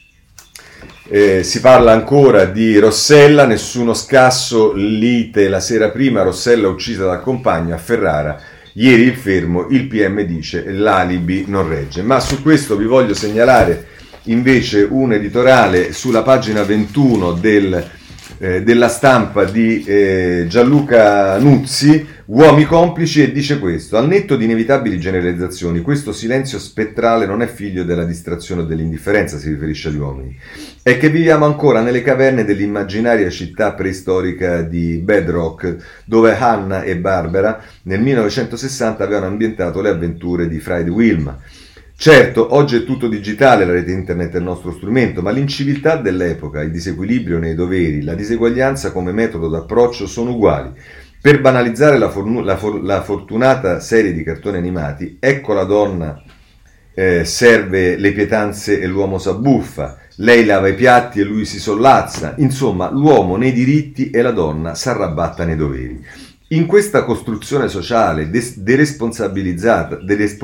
Si parla ancora di Rossella, nessuno scasso, lite la sera prima, Rossella uccisa dal compagno a Ferrara. Ieri il fermo, il PM dice l'alibi non regge. Ma su questo vi voglio segnalare invece un editoriale sulla pagina 21 della Stampa di Gianluca Nuzzi, uomini complici, e dice questo: al netto di inevitabili generalizzazioni, questo silenzio spettrale non è figlio della distrazione o dell'indifferenza, si riferisce agli uomini, è che viviamo ancora nelle caverne dell'immaginaria città preistorica di Bedrock, dove Hannah e Barbara nel 1960 avevano ambientato le avventure di Friday Wilma. Certo, oggi è tutto digitale, la rete internet è il nostro strumento, ma l'inciviltà dell'epoca, il disequilibrio nei doveri, la diseguaglianza come metodo d'approccio sono uguali. Per banalizzare la fortunata serie di cartoni animati, ecco la donna serve le pietanze e l'uomo s'abbuffa, lei lava i piatti e lui si sollazza, insomma l'uomo nei diritti e la donna s'arrabatta nei doveri. In questa costruzione sociale deresponsabilizzata,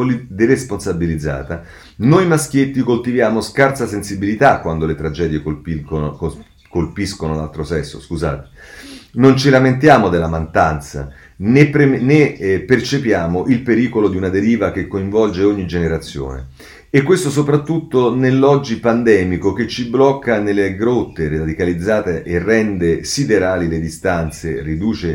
noi maschietti coltiviamo scarsa sensibilità quando le tragedie colpiscono l'altro sesso, scusate. Non ci lamentiamo della mantanza, né percepiamo il pericolo di una deriva che coinvolge ogni generazione. E questo soprattutto nell'oggi pandemico che ci blocca nelle grotte radicalizzate e rende siderali le distanze, riduce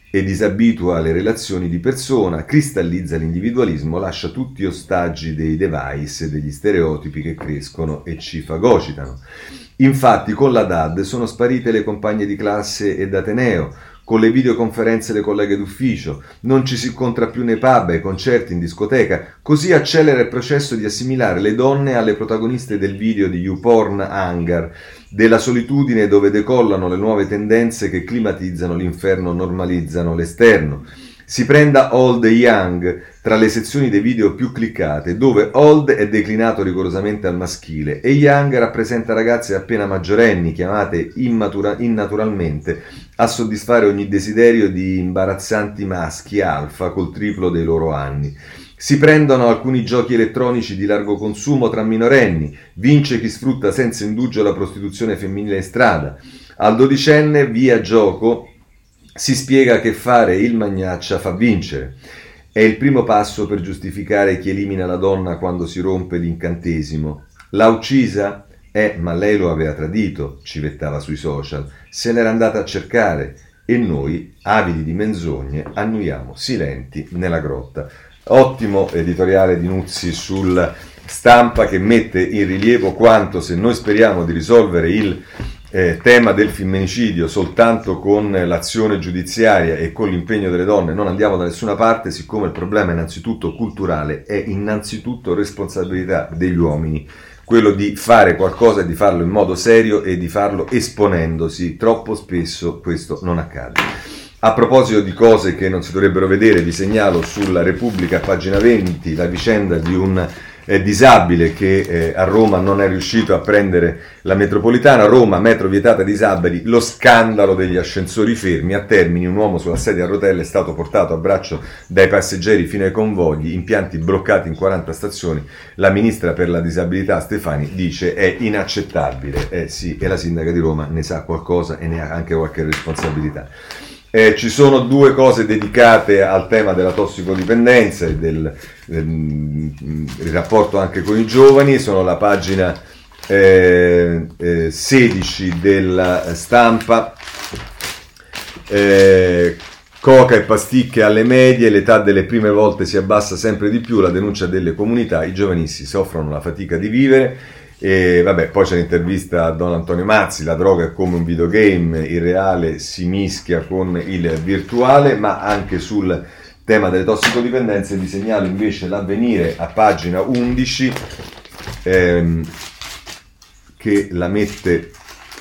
e disabitua le relazioni di persona, cristallizza l'individualismo, lascia tutti ostaggi dei device e degli stereotipi che crescono e ci fagocitano. Infatti con la DAD sono sparite le compagne di classe e d'ateneo, con le videoconferenze le colleghe d'ufficio, non ci si incontra più nei pub, ai concerti, in discoteca, così accelera il processo di assimilare le donne alle protagoniste del video di YouPorn Hangar, della solitudine dove decollano le nuove tendenze che climatizzano l'inferno, normalizzano l'esterno. Si prenda Old e Young tra le sezioni dei video più cliccate, dove Old è declinato rigorosamente al maschile e Young rappresenta ragazze appena maggiorenni, chiamate innaturalmente a soddisfare ogni desiderio di imbarazzanti maschi alfa col triplo dei loro anni. Si prendono alcuni giochi elettronici di largo consumo tra minorenni, vince chi sfrutta senza indugio la prostituzione femminile in strada. Al dodicenne, via gioco, si spiega che fare il magnaccia fa vincere. È il primo passo per giustificare chi elimina la donna quando si rompe l'incantesimo. L'ha uccisa? Ma lei lo aveva tradito, civettava sui social. Se n'era andata a cercare e noi, avidi di menzogne, annuiamo silenti nella grotta. Ottimo editoriale di Nuzzi sul Stampa che mette in rilievo quanto, se noi speriamo di risolvere il tema del femminicidio soltanto con l'azione giudiziaria e con l'impegno delle donne non andiamo da nessuna parte, siccome il problema è innanzitutto culturale, è innanzitutto responsabilità degli uomini quello di fare qualcosa e di farlo in modo serio e di farlo esponendosi. Troppo spesso questo non accade. A proposito di cose che non si dovrebbero vedere, vi segnalo sulla Repubblica, pagina 20, la vicenda di un disabile che a Roma non è riuscito a prendere la metropolitana. Roma, metro vietata ai disabili, lo scandalo degli ascensori fermi. A Termini un uomo sulla sedia a rotelle è stato portato a braccio dai passeggeri fino ai convogli, impianti bloccati in 40 stazioni. La ministra per la disabilità Stefani dice è inaccettabile. Sì, e la sindaca di Roma ne sa qualcosa e ne ha anche qualche responsabilità. Ci sono due cose dedicate al tema della tossicodipendenza e del rapporto anche con i giovani. Sono la pagina 16 della Stampa. Coca e pasticche alle medie, l'età delle prime volte si abbassa sempre di più, la denuncia delle comunità, i giovanissimi soffrono la fatica di vivere. E vabbè, poi c'è l'intervista a Don Antonio Mazzi, la droga è come un videogame, il reale si mischia con il virtuale. Ma anche sul tema delle tossicodipendenze vi segnalo invece l'Avvenire a pagina 11 che la mette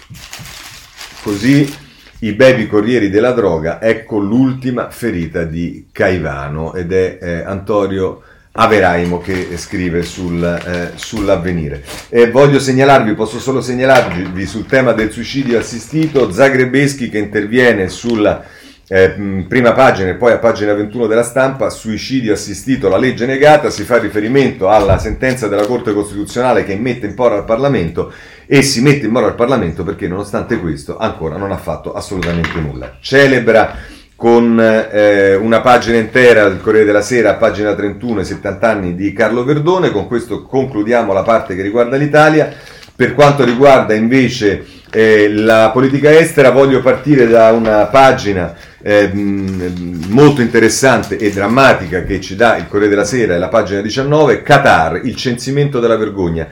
così: i baby corrieri della droga, ecco l'ultima ferita di Caivano, ed è Antonio Averaimo che scrive sull'Avvenire. Voglio segnalarvi, posso solo segnalarvi sul tema del suicidio assistito, Zagrebeschi che interviene sulla prima pagina e poi a pagina 21 della Stampa, suicidio assistito, la legge negata, si fa riferimento alla sentenza della Corte Costituzionale che mette in mora al Parlamento, e si mette in mora al Parlamento perché nonostante questo ancora non ha fatto assolutamente nulla. Celebra con una pagina intera del Corriere della Sera, a pagina 31, i 70 anni di Carlo Verdone. Con questo concludiamo la parte che riguarda l'Italia. Per quanto riguarda invece la politica estera, voglio partire da una pagina molto interessante e drammatica che ci dà il Corriere della Sera, è la pagina 19, Qatar, il censimento della vergogna,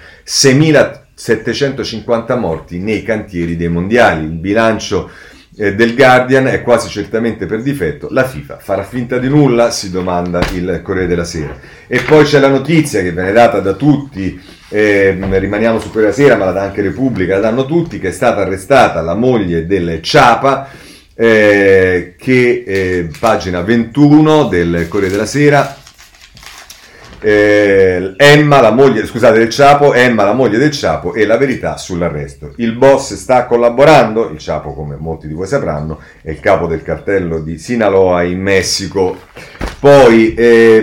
6.750 morti nei cantieri dei mondiali. Il bilancio del Guardian è quasi certamente per difetto, la FIFA farà finta di nulla, si domanda il Corriere della Sera. E poi c'è la notizia che viene data da tutti, rimaniamo su Corriere della Sera ma la dà anche Repubblica, la danno tutti, che è stata arrestata la moglie del Ciapa, che pagina 21 del Corriere della Sera. Emma, la moglie del Ciapo, Emma, la moglie del Ciapo, e la verità sull'arresto. Il boss sta collaborando, il Ciapo, come molti di voi sapranno, è il capo del cartello di Sinaloa in Messico. Poi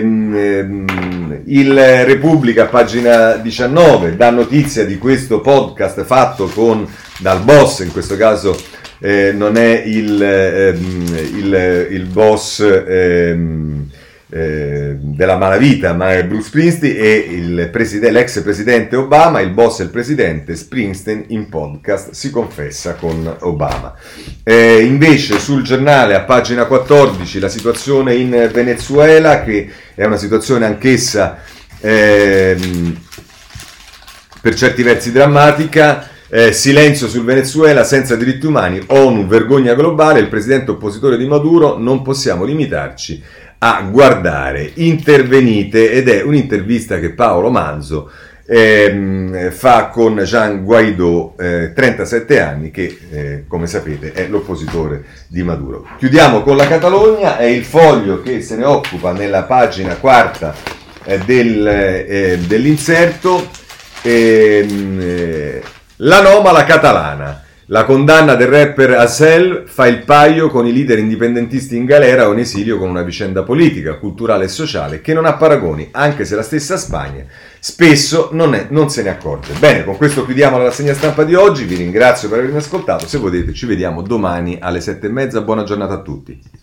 il Repubblica, pagina 19, dà notizia di questo podcast fatto dal boss, in questo caso non è il boss della malavita Bruce Springsteen e l'ex presidente Obama, il boss e il presidente Springsteen in podcast si confessa con Obama. Invece sul giornale a pagina 14 la situazione in Venezuela, che è una situazione anch'essa per certi versi drammatica. Silenzio sul Venezuela, senza diritti umani, ONU, vergogna globale, il presidente oppositore di Maduro, non possiamo limitarci a guardare. Intervenite, ed è un'intervista che Paolo Manzo fa con Juan Guaidó, 37 anni, che come sapete è l'oppositore di Maduro. Chiudiamo con la Catalogna, è il Foglio che se ne occupa nella pagina quarta dell'inserto. L'anomala catalana. La condanna del rapper Hasél fa il paio con i leader indipendentisti in galera o in esilio con una vicenda politica, culturale e sociale che non ha paragoni, anche se la stessa Spagna spesso non se ne accorge. Bene, con questo chiudiamo la rassegna stampa di oggi, vi ringrazio per avermi ascoltato, se volete ci vediamo domani alle 7:30, buona giornata a tutti.